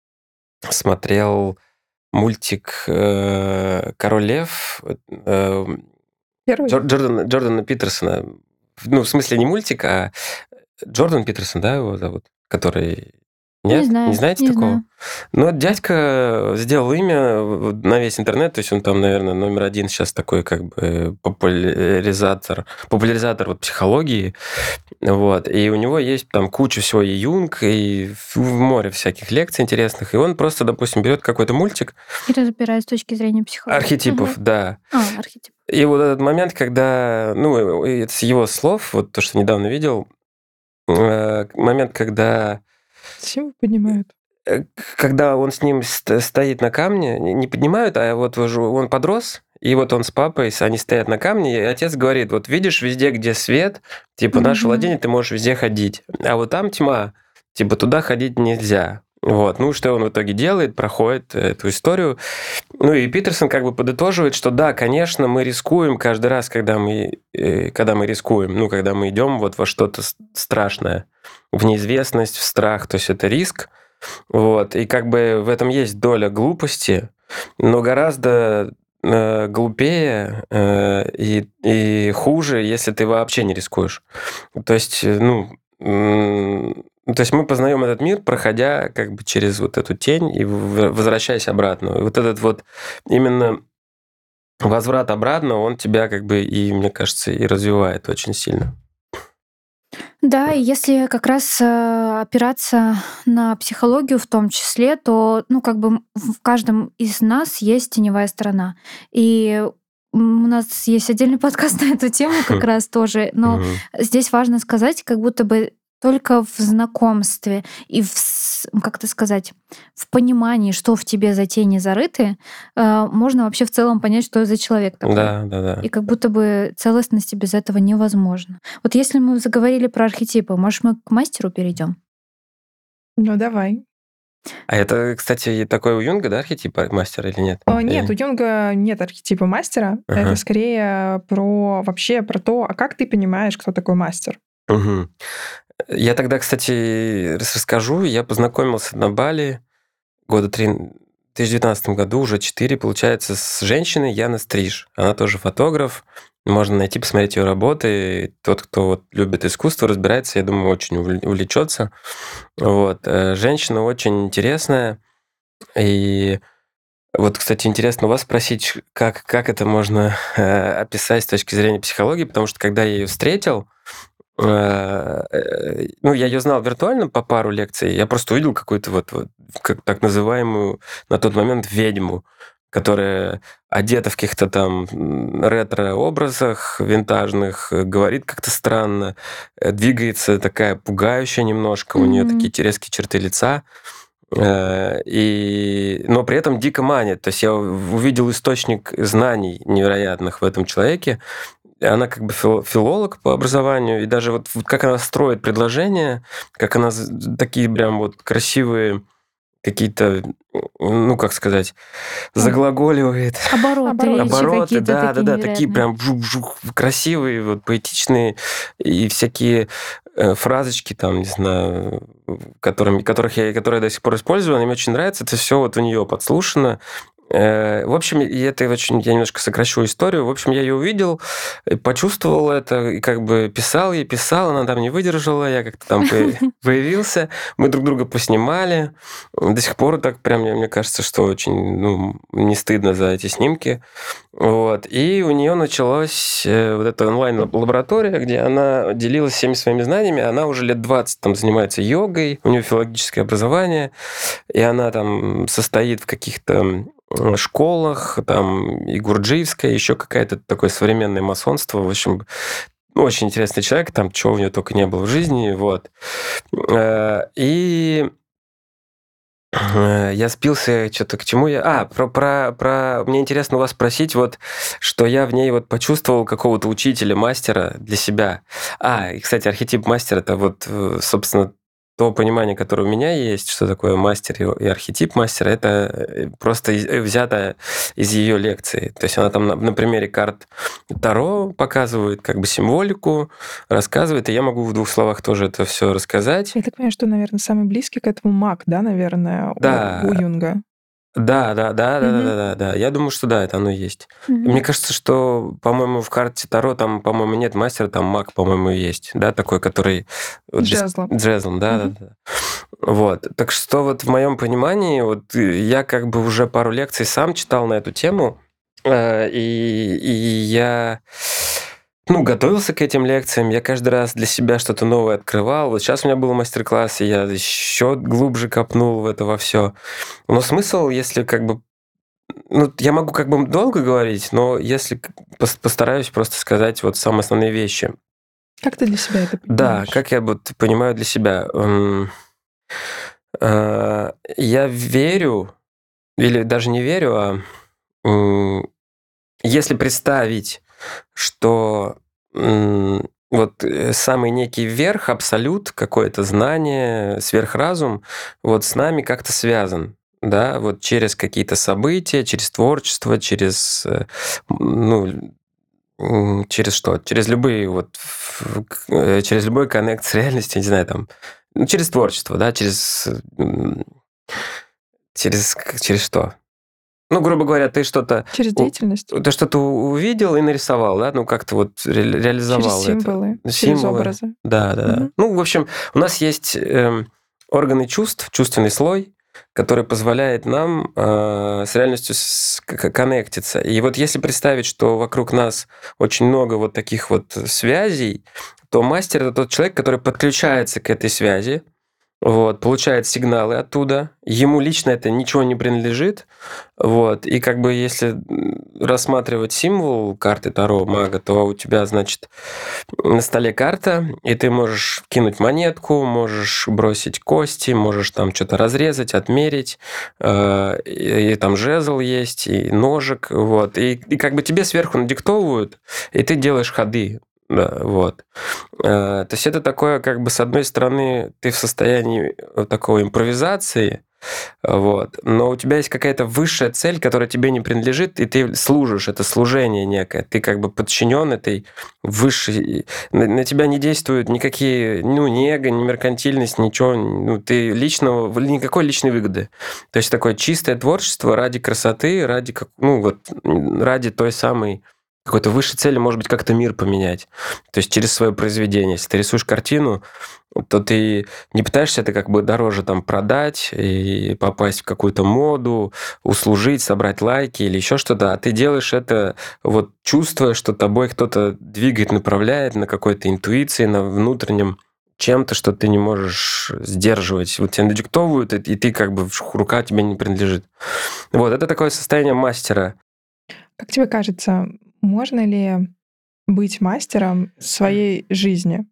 [SPEAKER 1] смотрел мультик э, «Король лев» э,
[SPEAKER 3] Первый?
[SPEAKER 1] Джор- Джордана, Джордана Питерсона. Ну, в смысле не мультик, а Джордан Питерсон, да, его зовут? Который...
[SPEAKER 2] Не
[SPEAKER 1] Нет? Не
[SPEAKER 2] знаю,
[SPEAKER 1] знаете
[SPEAKER 2] не
[SPEAKER 1] такого?
[SPEAKER 2] знаю.
[SPEAKER 1] Ну, вот дядька сделал имя вот на весь интернет, то есть он там, наверное, номер один сейчас такой как бы популяризатор, популяризатор вот психологии, вот, и у него есть там куча всего и Юнг, и в море всяких лекций интересных, и он просто, допустим, берет какой-то мультик
[SPEAKER 2] И разбираюсь с точки зрения психологии.
[SPEAKER 1] архетипов,
[SPEAKER 2] Мгм.
[SPEAKER 1] да,
[SPEAKER 2] А, архетип.
[SPEAKER 1] и вот этот момент, когда, ну, и это с его слов, вот то, что недавно видел, э, момент, когда
[SPEAKER 3] Символ поднимают.
[SPEAKER 1] э, когда он с ним ст- стоит на камне, не не поднимают, а вот уже он подрос, и вот он с папой, с- они стоят на камне, и отец говорит, вот видишь, везде, где свет, типа наше
[SPEAKER 2] Мгм.
[SPEAKER 1] владение, ты можешь везде ходить, а вот там тьма, типа туда ходить нельзя. Вот. Ну, что он в итоге делает, проходит эту историю. Ну, и Питерсон как бы подытоживает, что да, конечно, мы рискуем каждый раз, когда мы, э, когда мы рискуем, ну, когда мы идем вот во что-то с- страшное, в неизвестность, в страх, то есть это риск, вот. И как бы в этом есть доля глупости, но гораздо э, глупее э, и, и хуже, если ты вообще не рискуешь. То есть, э, ну, м, то есть мы познаем этот мир, проходя как бы через вот эту тень и в- возвращаясь обратно. И вот этот вот именно возврат обратно, он тебя как бы и, мне кажется, и развивает очень сильно.
[SPEAKER 2] Да, и если как раз э, опираться на психологию в том числе, то, ну, как бы м, в каждом из нас есть теневая сторона. И м, у нас есть отдельный подкаст на эту тему как раз тоже, но
[SPEAKER 1] Мгм.
[SPEAKER 2] здесь важно сказать, как будто бы только в знакомстве и в, с- как это сказать, в понимании, что в тебе за тени зарыты, э, можно вообще в целом понять, что за человек такой.
[SPEAKER 1] Да, да, да.
[SPEAKER 2] И как будто бы целостности без этого невозможно. Вот если мы заговорили про архетипы, может, мы к мастеру перейдем?
[SPEAKER 3] Ну, давай.
[SPEAKER 1] А это, кстати, такой у Юнга, да, архетип мастера или нет?
[SPEAKER 3] О, нет, у
[SPEAKER 1] Или-
[SPEAKER 3] Юнга нет архетипа мастера.
[SPEAKER 1] Ага.
[SPEAKER 3] Это скорее про вообще про то, а как ты понимаешь, кто такой мастер?
[SPEAKER 1] Мгм. Я тогда, кстати, рас- расскажу. Я познакомился на Бали года три, в две тысячи девятнадцатом году, уже четыре, получается, с женщиной Яна Стриж. Она тоже фотограф. Можно найти, посмотреть ее работы. Тот, кто вот любит искусство, разбирается, я думаю, очень увл- увлечется. Вот. Э, Женщина очень интересная. И вот, кстати, интересно у вас спросить, ш- как, как это можно э, описать с точки зрения психологии, потому что когда я ее встретил, э, э, ну, я ее знал виртуально по пару лекций, я просто увидел какую-то вот, вот как, так называемую на тот момент ведьму, которая одета в каких-то там м, ретро-образах винтажных, э, говорит как-то странно, э, двигается такая пугающая немножко, у нее
[SPEAKER 2] Мгм.
[SPEAKER 1] такие резкие черты лица. Э, И... Но при этом дико манит. То есть я увидел источник знаний невероятных в этом человеке. И она как бы фил- филолог по образованию. И даже вот, вот как она строит предложения, как она з- такие прям вот красивые какие-то, ну, как сказать, заглаголивает.
[SPEAKER 2] Обороты
[SPEAKER 3] Обороты.
[SPEAKER 2] речи
[SPEAKER 1] Обороты,
[SPEAKER 2] какие-то
[SPEAKER 1] да,
[SPEAKER 2] такие
[SPEAKER 1] да, да, такие
[SPEAKER 2] невероятные.
[SPEAKER 1] прям вжух-вжух, красивые, вот, поэтичные, и всякие э, фразочки там, не знаю, которыми, которых я, которые я до сих пор использую, они мне очень нравятся, это все вот у нее подслушано, Э, В общем, и это очень, я немножко сокращу историю. В общем, я ее увидел, и почувствовал это, и как бы писал ей, писал, она там не выдержала, я как-то там по- появился, мы друг друга поснимали. До сих пор так прям, мне мне кажется, что очень, ну, не стыдно за эти снимки. Вот. И у нее началась э, вот эта онлайн-лаборатория, где она делилась всеми своими знаниями. Она уже лет двадцать там занимается йогой, у нее филологическое образование, и она там состоит в каких-то э, школах, там и гурджиевская, еще какая-то такое современное масонство. В общем, ну, очень интересный человек, там чего у нее только не было в жизни. Вот. Э, И Э, я спился, что-то к чему я... А, про, про, про... Мне интересно у вас спросить, вот, что я в ней вот почувствовал какого-то учителя, мастера для себя. А, и, кстати, архетип мастера — это вот, э, собственно, то понимание, которое у меня есть, что такое мастер и и архетип мастера, это э, просто из- э, взято из ее лекции. То есть она там на, на примере карт Таро показывает как бы символику, рассказывает, и я могу в двух словах тоже это все рассказать.
[SPEAKER 3] Я так понимаю, что, наверное, самый близкий к этому маг, да, наверное, у, у
[SPEAKER 1] Да,
[SPEAKER 3] Юнга.
[SPEAKER 1] Да, да, да, да, да,
[SPEAKER 3] Мгм.
[SPEAKER 1] да, да, да. Я думаю, что да, это оно и есть.
[SPEAKER 2] Мгм.
[SPEAKER 1] Мне кажется, что, по-моему, в карте Таро там, по-моему, нет мастера, там маг, по-моему, и есть, да, такой, который вот
[SPEAKER 3] С
[SPEAKER 1] без
[SPEAKER 3] жезлом.
[SPEAKER 1] джезлом, да, да,
[SPEAKER 3] Мгм.
[SPEAKER 1] да. Вот. Так что вот в моем понимании, вот э, я как бы уже пару лекций сам читал на эту тему, э, и, и я ну, готовился к этим лекциям, я каждый раз для себя что-то новое открывал. Вот сейчас у меня был мастер-класс, и я еще глубже копнул в это во все. Но смысл, если как бы ну, я могу как бы долго говорить, но если к- пос- постараюсь просто сказать вот самые основные вещи.
[SPEAKER 3] Как ты для себя это
[SPEAKER 1] Да,
[SPEAKER 3] понимаешь?
[SPEAKER 1] как я вот понимаю для себя. М, э, Я верю, или даже не верю, а м, если представить, что м, вот э, самый некий верх, абсолют, какое-то знание, сверхразум, вот с нами как-то связан. Да, вот через какие-то события, через творчество, через, э, ну, м, через что? Через любые вот, ф- к- э, через любой коннект с реальностью, не знаю, там, ну, через творчество, да, через, м, через, к- через что? Ну, грубо говоря, ты что-то
[SPEAKER 3] Через
[SPEAKER 1] у-
[SPEAKER 3] деятельность,
[SPEAKER 1] ты что-то увидел и нарисовал, да, ну как-то вот ре-
[SPEAKER 3] через
[SPEAKER 1] реализовал это.
[SPEAKER 3] символы, через
[SPEAKER 1] Символы,
[SPEAKER 3] образы.
[SPEAKER 1] да, да, да.
[SPEAKER 3] Мгм.
[SPEAKER 1] Ну, в общем, у нас есть эм, органы чувств, чувственный слой, который позволяет нам э, с реальностью с- к- к- коннектиться. И вот если представить, что вокруг нас очень много вот таких вот связей, то мастер — это тот человек, который подключается к этой связи, вот, получает сигналы оттуда. Ему лично это ничего не принадлежит. Вот, и как бы если м, рассматривать символ карты Таро мага, то у тебя, значит, на столе карта, и ты можешь кинуть монетку, можешь бросить кости, можешь там что-то разрезать, отмерить, э, и, и там жезл есть, и ножик, вот. И, и как бы тебе сверху надиктовывают, и ты делаешь ходы. Да, вот. Э, То есть это такое, как бы, с одной стороны, ты в состоянии э, такой импровизации, э, вот, но у тебя есть какая-то высшая цель, которая тебе не принадлежит, и ты служишь, это служение некое, ты как бы подчинен этой высшей, на, на тебя не действуют никакие, ну, ни эго, ни меркантильность, ничего, ну, ты личного, никакой личной выгоды. То есть такое чистое творчество ради красоты, ради, как, ну, вот, м, ради той самой какой-то высшей цели, может быть, как-то мир поменять. То есть через свое произведение. Если ты рисуешь картину, то ты не пытаешься это как бы дороже там продать и попасть в какую-то моду, услужить, собрать лайки или еще что-то, а ты делаешь это вот чувствуя, что тобой кто-то двигает, направляет на какой-то интуиции, на внутреннем чем-то, что ты не можешь сдерживать. Вот тебе надиктовывают, и и ты как бы рука тебе не принадлежит. Вот, это такое состояние мастера.
[SPEAKER 3] Как тебе кажется, можно ли быть мастером своей жизни,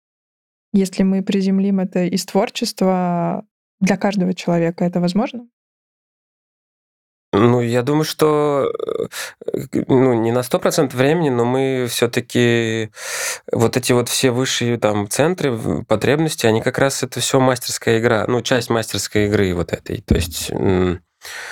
[SPEAKER 3] если мы приземлим это из творчества для каждого человека? Это возможно?
[SPEAKER 1] Ну, я думаю, что э, ну, не на сто процентов времени, но мы все-таки вот эти вот все высшие там центры в- потребности, они как раз это все мастерская игра, ну, часть мастерской игры вот этой. То есть, м,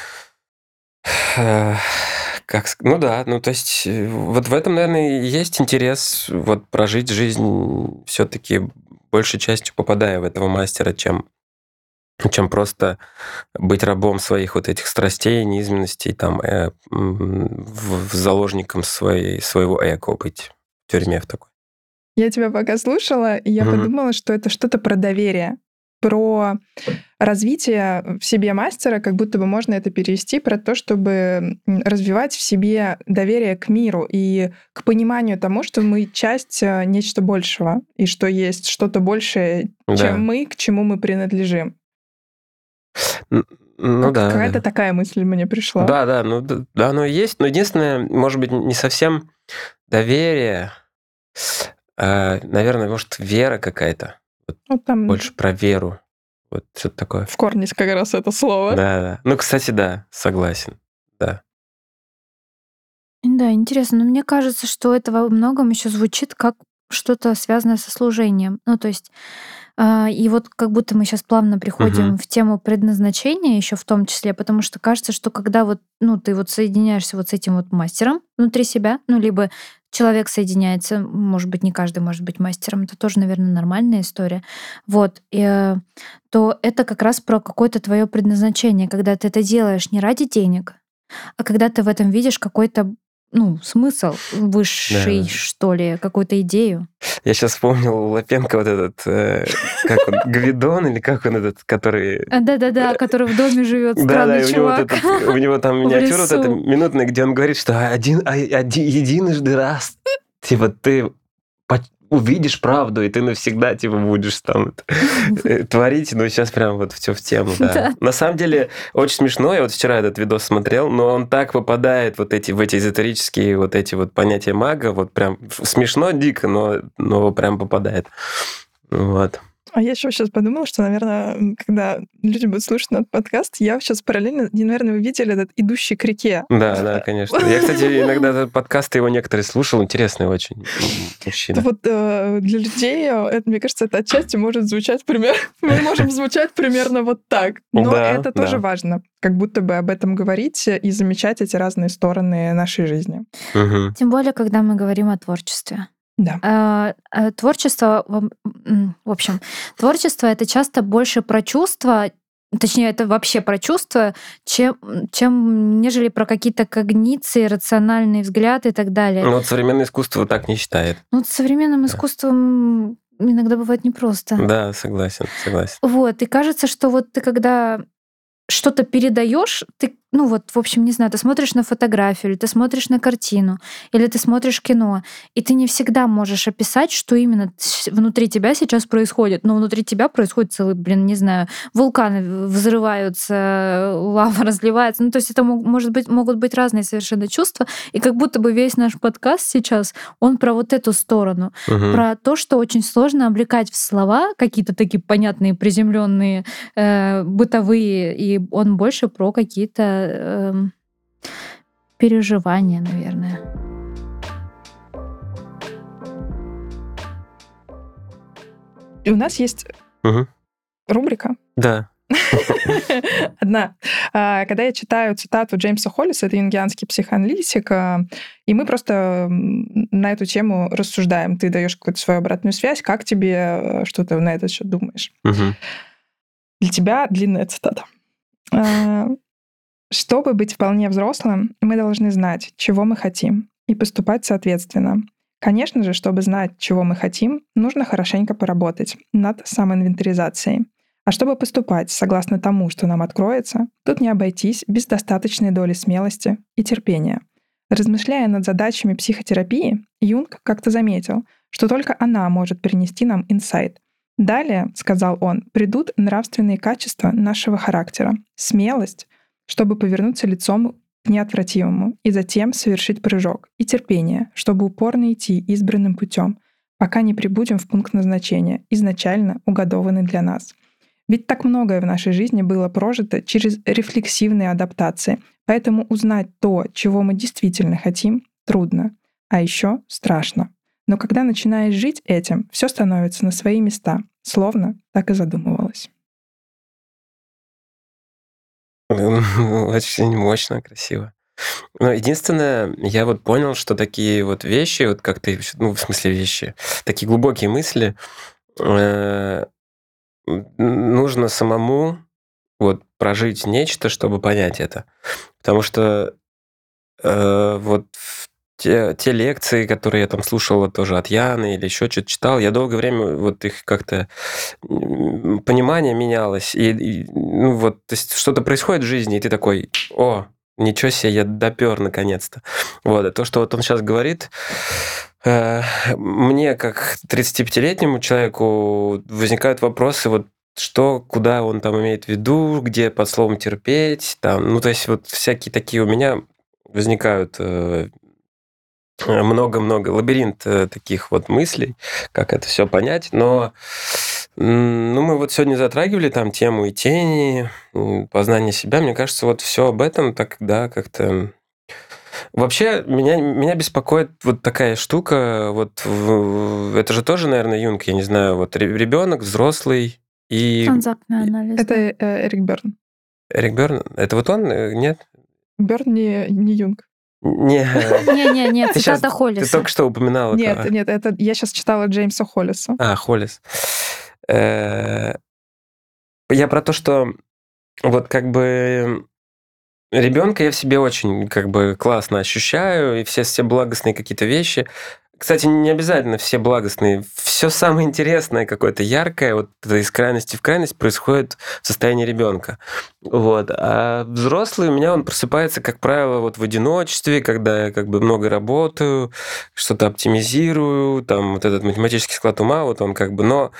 [SPEAKER 1] э, как, ск- ну да, ну то есть э, вот в этом, наверное, и есть интерес вот прожить жизнь все-таки большей частью попадая в этого мастера, чем чем просто быть рабом своих вот этих страстей, низменностей, там, э, в, в заложником своей, своего эго быть в тюрьме в такой.
[SPEAKER 3] Я тебя пока слушала, и я
[SPEAKER 1] Мгм.
[SPEAKER 3] подумала, что это что-то про доверие, про развитие в себе мастера, как будто бы можно это перевести про то, чтобы м, развивать в себе доверие к миру и к пониманию тому, что мы часть э, нечто большего, и что есть что-то большее,
[SPEAKER 1] Да.
[SPEAKER 3] чем мы, к чему мы принадлежим.
[SPEAKER 1] Н- Ну
[SPEAKER 3] Как-
[SPEAKER 1] да,
[SPEAKER 3] Какая-то
[SPEAKER 1] да.
[SPEAKER 3] такая мысль мне пришла.
[SPEAKER 1] Да, да, ну да, да, оно и есть. Но единственное, может быть, не совсем доверие, а, наверное, может, вера какая-то. Вот
[SPEAKER 3] Вот там
[SPEAKER 1] больше про веру. Вот что-то такое.
[SPEAKER 3] в корне как раз это слово.
[SPEAKER 1] Да, да. Ну, кстати, да, согласен. Да.
[SPEAKER 2] Да, интересно. Но мне кажется, что это во многом еще звучит как что-то связанное со служением. Ну, то есть, а, и вот как будто мы сейчас плавно приходим
[SPEAKER 1] Мгм.
[SPEAKER 2] в тему предназначения еще в том числе, потому что кажется, что когда вот, ну, ты вот соединяешься вот с этим вот мастером внутри себя, ну, либо человек соединяется, может быть, не каждый может быть мастером, это тоже, наверное, нормальная история, вот, и, э, то это как раз про какое-то твое предназначение, когда ты это делаешь не ради денег, а когда ты в этом видишь какой-то, ну, смысл высший,
[SPEAKER 1] Да.
[SPEAKER 2] что ли, какую-то идею.
[SPEAKER 1] Я сейчас вспомнил у Лапенко вот этот, э, как он, Гвидон или как он этот, который...
[SPEAKER 2] А, Да-да-да, который в доме живет,
[SPEAKER 1] Да, да,
[SPEAKER 2] странный
[SPEAKER 1] и у него вот
[SPEAKER 2] чувак.
[SPEAKER 1] этот, у него там
[SPEAKER 2] в
[SPEAKER 1] миниатюра вот эта
[SPEAKER 2] лесу.
[SPEAKER 1] минутная, где он говорит, что один, а- один единожды раз, типа, ты по- увидишь правду, и ты навсегда, типа, будешь там э, творить. Ну, сейчас прям вот все в тему, да.
[SPEAKER 2] Да.
[SPEAKER 1] На самом деле, очень смешно. Я вот вчера этот видос смотрел, но он так попадает вот эти, в эти эзотерические вот эти вот понятия мага. Вот прям смешно, дико, но, но прям попадает. Вот.
[SPEAKER 3] А я еще сейчас подумала, что, наверное, м, когда люди будут слушать наш подкаст, я сейчас параллельно, и, наверное, вы видели этот «Идущий к реке».
[SPEAKER 1] Да, да, конечно. Я, кстати, иногда этот подкаст его некоторые слушал. Интересный очень м,
[SPEAKER 3] Это
[SPEAKER 1] мужчина.
[SPEAKER 3] вот э, для людей, э, это, мне кажется, это отчасти может звучать примерно... Мы можем звучать примерно вот так. Но
[SPEAKER 1] Да,
[SPEAKER 3] это тоже
[SPEAKER 1] да.
[SPEAKER 3] важно. Как будто бы об этом говорить и замечать эти разные стороны нашей жизни.
[SPEAKER 1] Мгм.
[SPEAKER 2] Тем более, когда мы говорим о творчестве.
[SPEAKER 3] Да.
[SPEAKER 2] А, а, Творчество, в м, в общем, творчество — это часто больше про чувства, точнее, это вообще про чувства, чем, чем нежели про какие-то когниции, рациональный взгляд и так далее.
[SPEAKER 1] Ну, вот современное искусство так не считает.
[SPEAKER 2] Ну, вот с современным
[SPEAKER 1] Да.
[SPEAKER 2] искусством иногда бывает непросто.
[SPEAKER 1] Да, согласен, согласен.
[SPEAKER 2] Вот, и кажется, что вот ты когда что-то передаешь, ты, ну вот, в общем, не знаю, ты смотришь на фотографию, или ты смотришь на картину, или ты смотришь кино, и ты не всегда можешь описать, что именно с- внутри тебя сейчас происходит. Но внутри тебя происходит целый, блин, не знаю, вулканы взрываются, лава разливается. Ну, то есть это мог- может быть, могут быть разные совершенно чувства, и как будто бы весь наш подкаст сейчас, он про вот эту сторону,
[SPEAKER 1] Мгм.
[SPEAKER 2] про то, что очень сложно облекать в слова, какие-то такие понятные, приземленные, э, бытовые, и он больше про какие-то эм, переживания, наверное.
[SPEAKER 3] И у нас есть
[SPEAKER 1] Мгм.
[SPEAKER 3] рубрика
[SPEAKER 1] Да.
[SPEAKER 3] одна. А, Когда я читаю цитату Джеймса Холлиса, это юнгианский психоаналитик, а, и мы просто м, на эту тему рассуждаем. Ты даешь какую-то свою обратную связь, как тебе, э, что ты на этот счет думаешь.
[SPEAKER 1] Мгм.
[SPEAKER 3] Для тебя длинная цитата. А, Чтобы быть вполне взрослым, мы должны знать, чего мы хотим, и поступать соответственно. Конечно же, чтобы знать, чего мы хотим, нужно хорошенько поработать над самоинвентаризацией. А чтобы поступать согласно тому, что нам откроется, тут не обойтись без достаточной доли смелости и терпения. Размышляя над задачами психотерапии, Юнг как-то заметил, что только она может принести нам инсайт. Далее, сказал он, придут нравственные качества нашего характера, смелость, чтобы повернуться лицом к неотвратимому и затем совершить прыжок, и терпение, чтобы упорно идти избранным путем, пока не прибудем в пункт назначения, изначально уготованный для нас. Ведь так многое в нашей жизни было прожито через рефлексивные адаптации, поэтому узнать то, чего мы действительно хотим, трудно, а еще страшно. Но когда начинаешь жить этим, все становится на свои места, словно так и задумывалось.
[SPEAKER 1] Очень мощно, красиво. Но единственное, я вот понял, что такие вот вещи, вот как ты, ну, в смысле вещи, такие глубокие мысли, э, м, нужно самому вот прожить нечто, чтобы понять это. Потому что э, вот те, те лекции, которые я там слушал вот тоже от Яны или еще что-то читал, я долгое время вот их как-то понимание менялось. И, и ну вот, то есть что-то происходит в жизни, и ты такой, о, ничего себе, я допер наконец-то. Вот, и то, что вот он сейчас говорит, э, мне, как тридцатипятилетнему человеку, возникают вопросы, вот что, куда он там имеет в виду, где под словом терпеть, там, ну, то есть вот всякие такие у меня возникают э, много-много, лабиринт э, таких вот мыслей, как это все понять, но ну, мы вот сегодня затрагивали там тему и тени, познание себя, мне кажется, вот все об этом так, да, как-то... Вообще, меня, меня беспокоит вот такая штука, вот это же тоже, наверное, Юнг, я не знаю, вот ребенок, взрослый и...
[SPEAKER 2] Транзактный анализ.
[SPEAKER 3] Это э, Эрик Берн.
[SPEAKER 1] Эрик Берн? Это вот он? Нет?
[SPEAKER 3] Берн не, не Юнг.
[SPEAKER 1] Не,
[SPEAKER 2] Не-не, нет,
[SPEAKER 1] ты, щас,
[SPEAKER 2] цитата Холлиса.
[SPEAKER 1] ты только что упоминала.
[SPEAKER 3] Нет,
[SPEAKER 1] кого?
[SPEAKER 3] нет, это я сейчас читала Джеймса Холлиса.
[SPEAKER 1] А, Холлис. Я про то, что вот как бы ребенка я в себе очень как бы классно ощущаю, и все, все благостные какие-то вещи. Кстати, не обязательно все благостные. Все самое интересное, какое-то яркое, вот это из крайности в крайность происходит в состоянии ребенка. Вот. А взрослый у меня он просыпается, как правило, вот в одиночестве, когда я как бы много работаю, что-то оптимизирую, там вот этот математический склад ума, вот он как бы... Но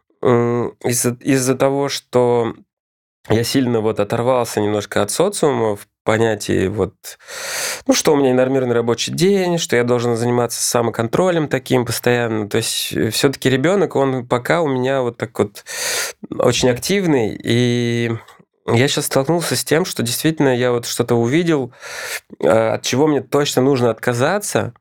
[SPEAKER 1] из-за, из-за того, что я сильно вот оторвался немножко от социума в понятии вот, ну, что у меня ненормированный рабочий день, что я должен заниматься самоконтролем таким постоянно. То есть все-таки ребенок, он пока у меня вот так вот очень активный, и я сейчас столкнулся с тем, что действительно я вот что-то увидел, от чего мне точно нужно отказаться,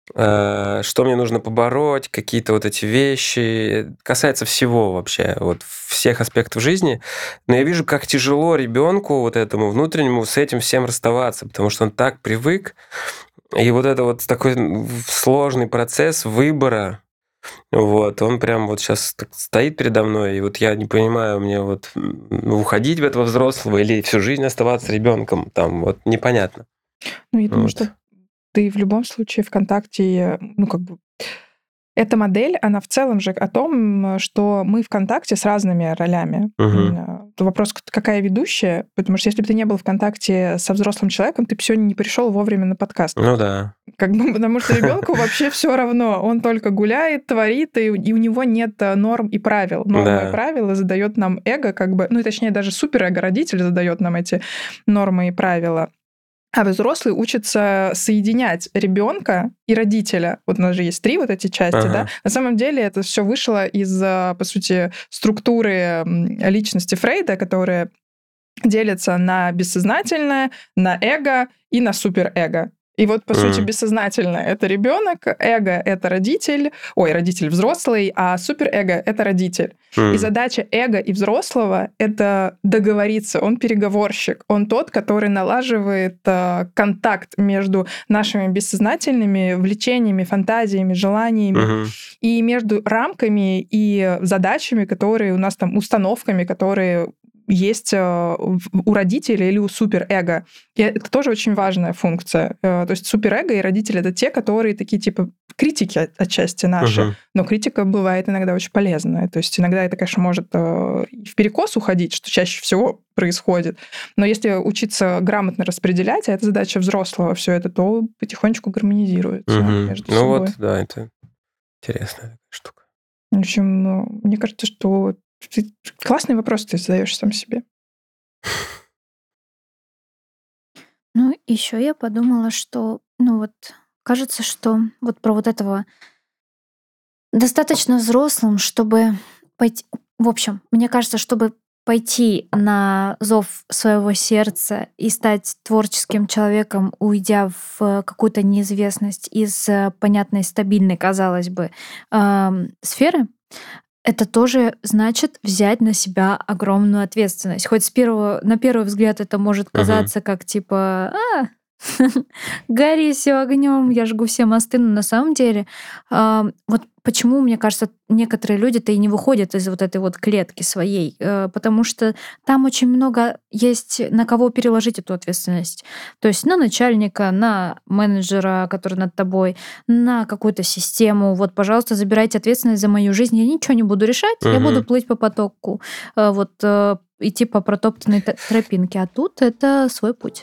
[SPEAKER 1] что мне нужно побороть, какие-то вот эти вещи. Касается всего вообще, вот всех аспектов жизни. Но я вижу, как тяжело ребенку вот этому внутреннему с этим всем расставаться, потому что он так привык. И вот это вот такой сложный процесс выбора, вот, он прям вот сейчас стоит передо мной, и вот я не понимаю, мне вот уходить в этого взрослого или всю жизнь оставаться ребенком, там вот непонятно.
[SPEAKER 3] Ну, я думаю,
[SPEAKER 1] Вот.
[SPEAKER 3] что ты в любом случае ВКонтакте, ну, как бы, эта модель, она в целом же о том, что мы ВКонтакте с разными ролями.
[SPEAKER 1] Угу.
[SPEAKER 3] Вопрос, какая ведущая, потому что если бы ты не был ВКонтакте со взрослым человеком, ты бы сегодня не пришел вовремя на подкаст.
[SPEAKER 1] Ну да.
[SPEAKER 3] Как бы, потому что ребенку вообще все равно. Он только гуляет, творит, и, и у него нет норм и правил. Нормы
[SPEAKER 1] Да.
[SPEAKER 3] и правила задает нам эго, как бы, ну, и точнее, даже суперэго родитель задает нам эти нормы и правила. А взрослый учится соединять ребенка и родителя. Вот у нас же есть три вот эти части,
[SPEAKER 1] Ага.
[SPEAKER 3] да. На самом деле это все вышло из, по сути, структуры личности Фрейда, которая делится на бессознательное, на эго и на суперэго. И вот, по
[SPEAKER 1] Мгм.
[SPEAKER 3] сути, бессознательное — это ребенок, эго — это родитель, ой, родитель взрослый, а суперэго — это родитель.
[SPEAKER 1] М.
[SPEAKER 3] И задача эго и взрослого — это договориться. Он переговорщик. Он тот, который налаживает э, контакт между нашими бессознательными влечениями, фантазиями, желаниями
[SPEAKER 1] Мгм.
[SPEAKER 3] и между рамками и задачами, которые у нас там, установками, которые есть э, в- у родителей или у суперэго. И это тоже очень важная функция. Э, То есть суперэго и родители — это те, которые такие типа критики от- отчасти наши.
[SPEAKER 1] Мгм.
[SPEAKER 3] Но критика бывает иногда очень полезная. То есть иногда это, конечно, может э, и в перекос уходить, что чаще всего происходит. Но если учиться грамотно распределять, а это задача взрослого, все это, то потихонечку гармонизируется
[SPEAKER 1] Мгм.
[SPEAKER 3] между
[SPEAKER 1] Ну
[SPEAKER 3] собой.
[SPEAKER 1] вот, да, это интересная штука.
[SPEAKER 3] В общем, ну, мне кажется, что ты классный вопрос ты задаешь сам себе.
[SPEAKER 2] Ну, еще я подумала, что, ну вот, кажется, что вот про вот этого достаточно взрослым, чтобы пойти... В общем, мне кажется, чтобы пойти на зов своего сердца и стать творческим человеком, уйдя в какую-то неизвестность из э, понятной, стабильной, казалось бы, эм, сферы, это тоже значит взять на себя огромную ответственность. Хоть с первого, на первый взгляд это может
[SPEAKER 1] Мгм.
[SPEAKER 2] казаться как типа, а, Гори все огнем, я жгу все мосты. Но на самом деле, а, вот почему, мне кажется, некоторые люди-то и не выходят из вот этой вот клетки своей, э, потому что там очень много есть на кого переложить эту ответственность. То есть на начальника, на менеджера, который над тобой, на какую-то систему. Вот, пожалуйста, забирайте ответственность за мою жизнь. Я ничего не буду решать, я буду
[SPEAKER 1] Мгм.
[SPEAKER 2] плыть по потоку, э, вот э, идти по протоптанной т- тропинке. А тут это свой путь.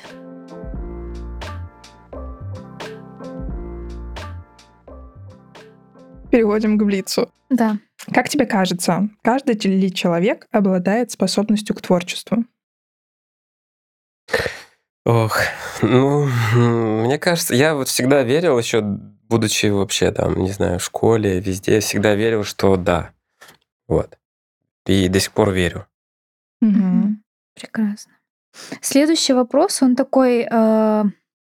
[SPEAKER 3] Переходим к блицу.
[SPEAKER 2] Да.
[SPEAKER 3] Как тебе кажется, каждый ли человек обладает способностью к творчеству?
[SPEAKER 1] Ох, ну, м, мне кажется, я вот всегда верил, еще будучи вообще там, не знаю, в школе, везде, всегда верил, что да. Вот. И до сих пор верю.
[SPEAKER 3] Мгм.
[SPEAKER 2] Мгм. Прекрасно. Следующий вопрос, он такой, э,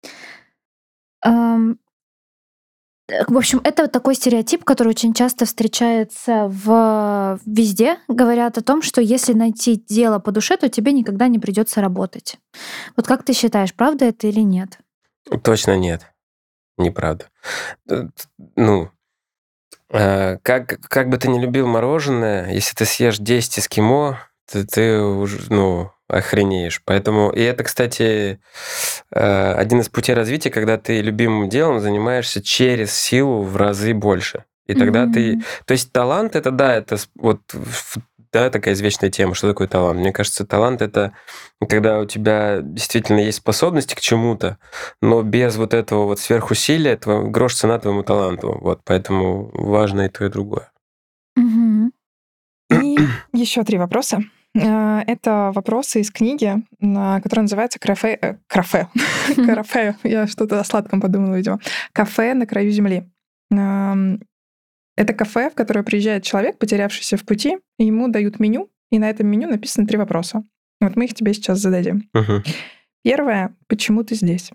[SPEAKER 2] ам, э, в общем, это вот такой стереотип, который очень часто встречается в везде. Говорят о том, что если найти дело по душе, то тебе никогда не придется работать. Вот как ты считаешь, правда это или нет?
[SPEAKER 1] Точно нет, неправда. Э, т- Ну, э, как, как бы ты ни любил мороженое, если ты съешь десять эскимо, то ты уже, ну, охренеешь. Поэтому, и это, кстати, э, один из путей развития, когда ты любимым делом занимаешься через силу в разы больше. И тогда ты...
[SPEAKER 2] Мгм.
[SPEAKER 1] То есть талант это, да, это с- вот, в- да, такая извечная тема. Что такое талант? Мне кажется, талант это когда у тебя действительно есть способности к чему-то, но без вот этого вот сверхусилия твоему, грош цена твоему таланту. Вот, поэтому важно и то, и другое.
[SPEAKER 2] Мгм.
[SPEAKER 3] И еще три вопроса. Э, Это вопросы из книги, на- которая называется «Крафе». э, Крафе. Кафе. Я что-то о сладком подумала, видимо. «Кафе на краю земли». Эм, Это кафе, в которое приезжает человек, потерявшийся в пути, и ему дают меню, и на этом меню написано три вопроса. Вот мы их тебе сейчас зададим.
[SPEAKER 1] Мгм.
[SPEAKER 3] Первое. Почему ты здесь?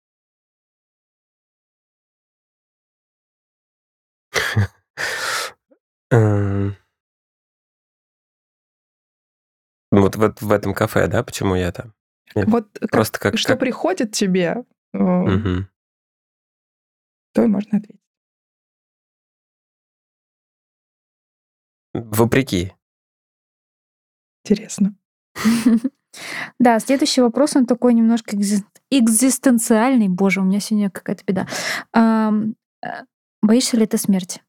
[SPEAKER 1] Эм, Вот вот в этом кафе, да, почему я там? Нет,
[SPEAKER 3] Вот как,
[SPEAKER 1] просто как,
[SPEAKER 3] что
[SPEAKER 1] как...
[SPEAKER 3] приходит тебе, э,
[SPEAKER 1] Мгм.
[SPEAKER 3] то и можно ответить.
[SPEAKER 1] Вопреки.
[SPEAKER 3] Интересно.
[SPEAKER 2] Да, следующий вопрос, он такой немножко экзис- экзистенциальный. Боже, у меня сегодня какая-то беда. Ам, э, Боишься ли ты смерти?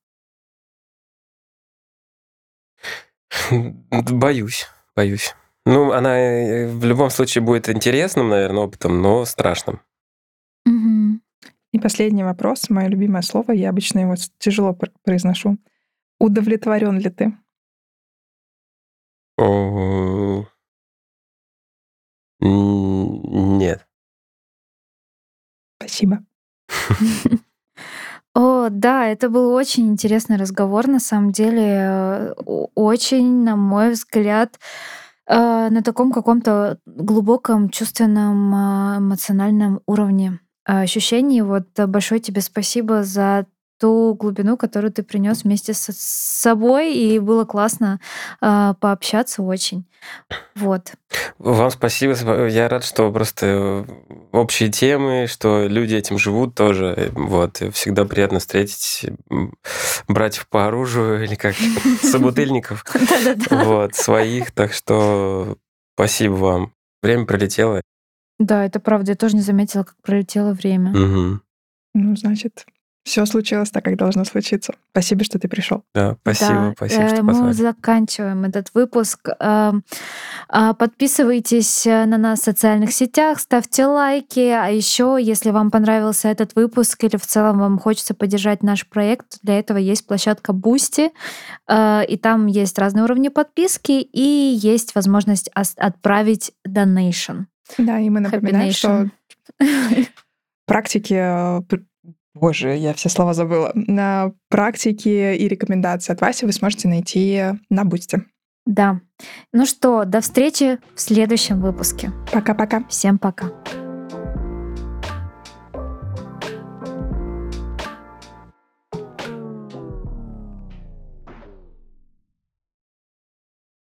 [SPEAKER 1] Боюсь, боюсь. Ну, она э, в любом случае будет интересным, наверное, опытом, но страшным.
[SPEAKER 2] Мгм.
[SPEAKER 3] И последний вопрос, мое любимое слово, я обычно его с- тяжело пр- произношу. Удовлетворен ли ты?
[SPEAKER 1] О, н- Нет.
[SPEAKER 3] Спасибо.
[SPEAKER 2] О, да, это был очень интересный разговор, на самом деле, э, о- очень, на мой взгляд, э, на таком каком-то глубоком чувственном, а, эмоциональном уровне а, ощущений. Вот э, большое тебе спасибо за ту глубину, которую ты принес вместе со- с собой, и было классно а, пообщаться очень. Вот.
[SPEAKER 1] Вам спасибо. сп- Я рад, что просто э, общие темы, что люди этим живут тоже. Э, Вот. И всегда приятно встретить м, братьев по оружию или как собутыльников.
[SPEAKER 2] Да-да-да.
[SPEAKER 1] Вот, своих. Так что спасибо вам. Время пролетело.
[SPEAKER 2] Да, это правда. Я тоже не заметила, как пролетело время.
[SPEAKER 1] Мгм.
[SPEAKER 3] Ну, значит, все случилось так, как должно случиться. Спасибо, что ты пришел.
[SPEAKER 1] Да, спасибо,
[SPEAKER 2] Да,
[SPEAKER 1] спасибо,
[SPEAKER 2] э,
[SPEAKER 1] что
[SPEAKER 2] мы
[SPEAKER 1] позвали.
[SPEAKER 2] заканчиваем этот выпуск. Эм, а, Подписывайтесь э, на нас в социальных сетях, ставьте лайки. А еще, если вам понравился этот выпуск или в целом вам хочется поддержать наш проект, для этого есть площадка Boosty, э, и там есть разные уровни подписки и есть возможность ос- отправить donation.
[SPEAKER 3] Да, и мы
[SPEAKER 2] Happy
[SPEAKER 3] напоминаем, что
[SPEAKER 2] Nation.
[SPEAKER 3] практики... э, пр- Боже, я все слова забыла. На практики и рекомендации от Васи вы сможете найти на Бусти.
[SPEAKER 2] Да. Ну что, до встречи в следующем выпуске.
[SPEAKER 3] Пока-пока.
[SPEAKER 2] Всем пока.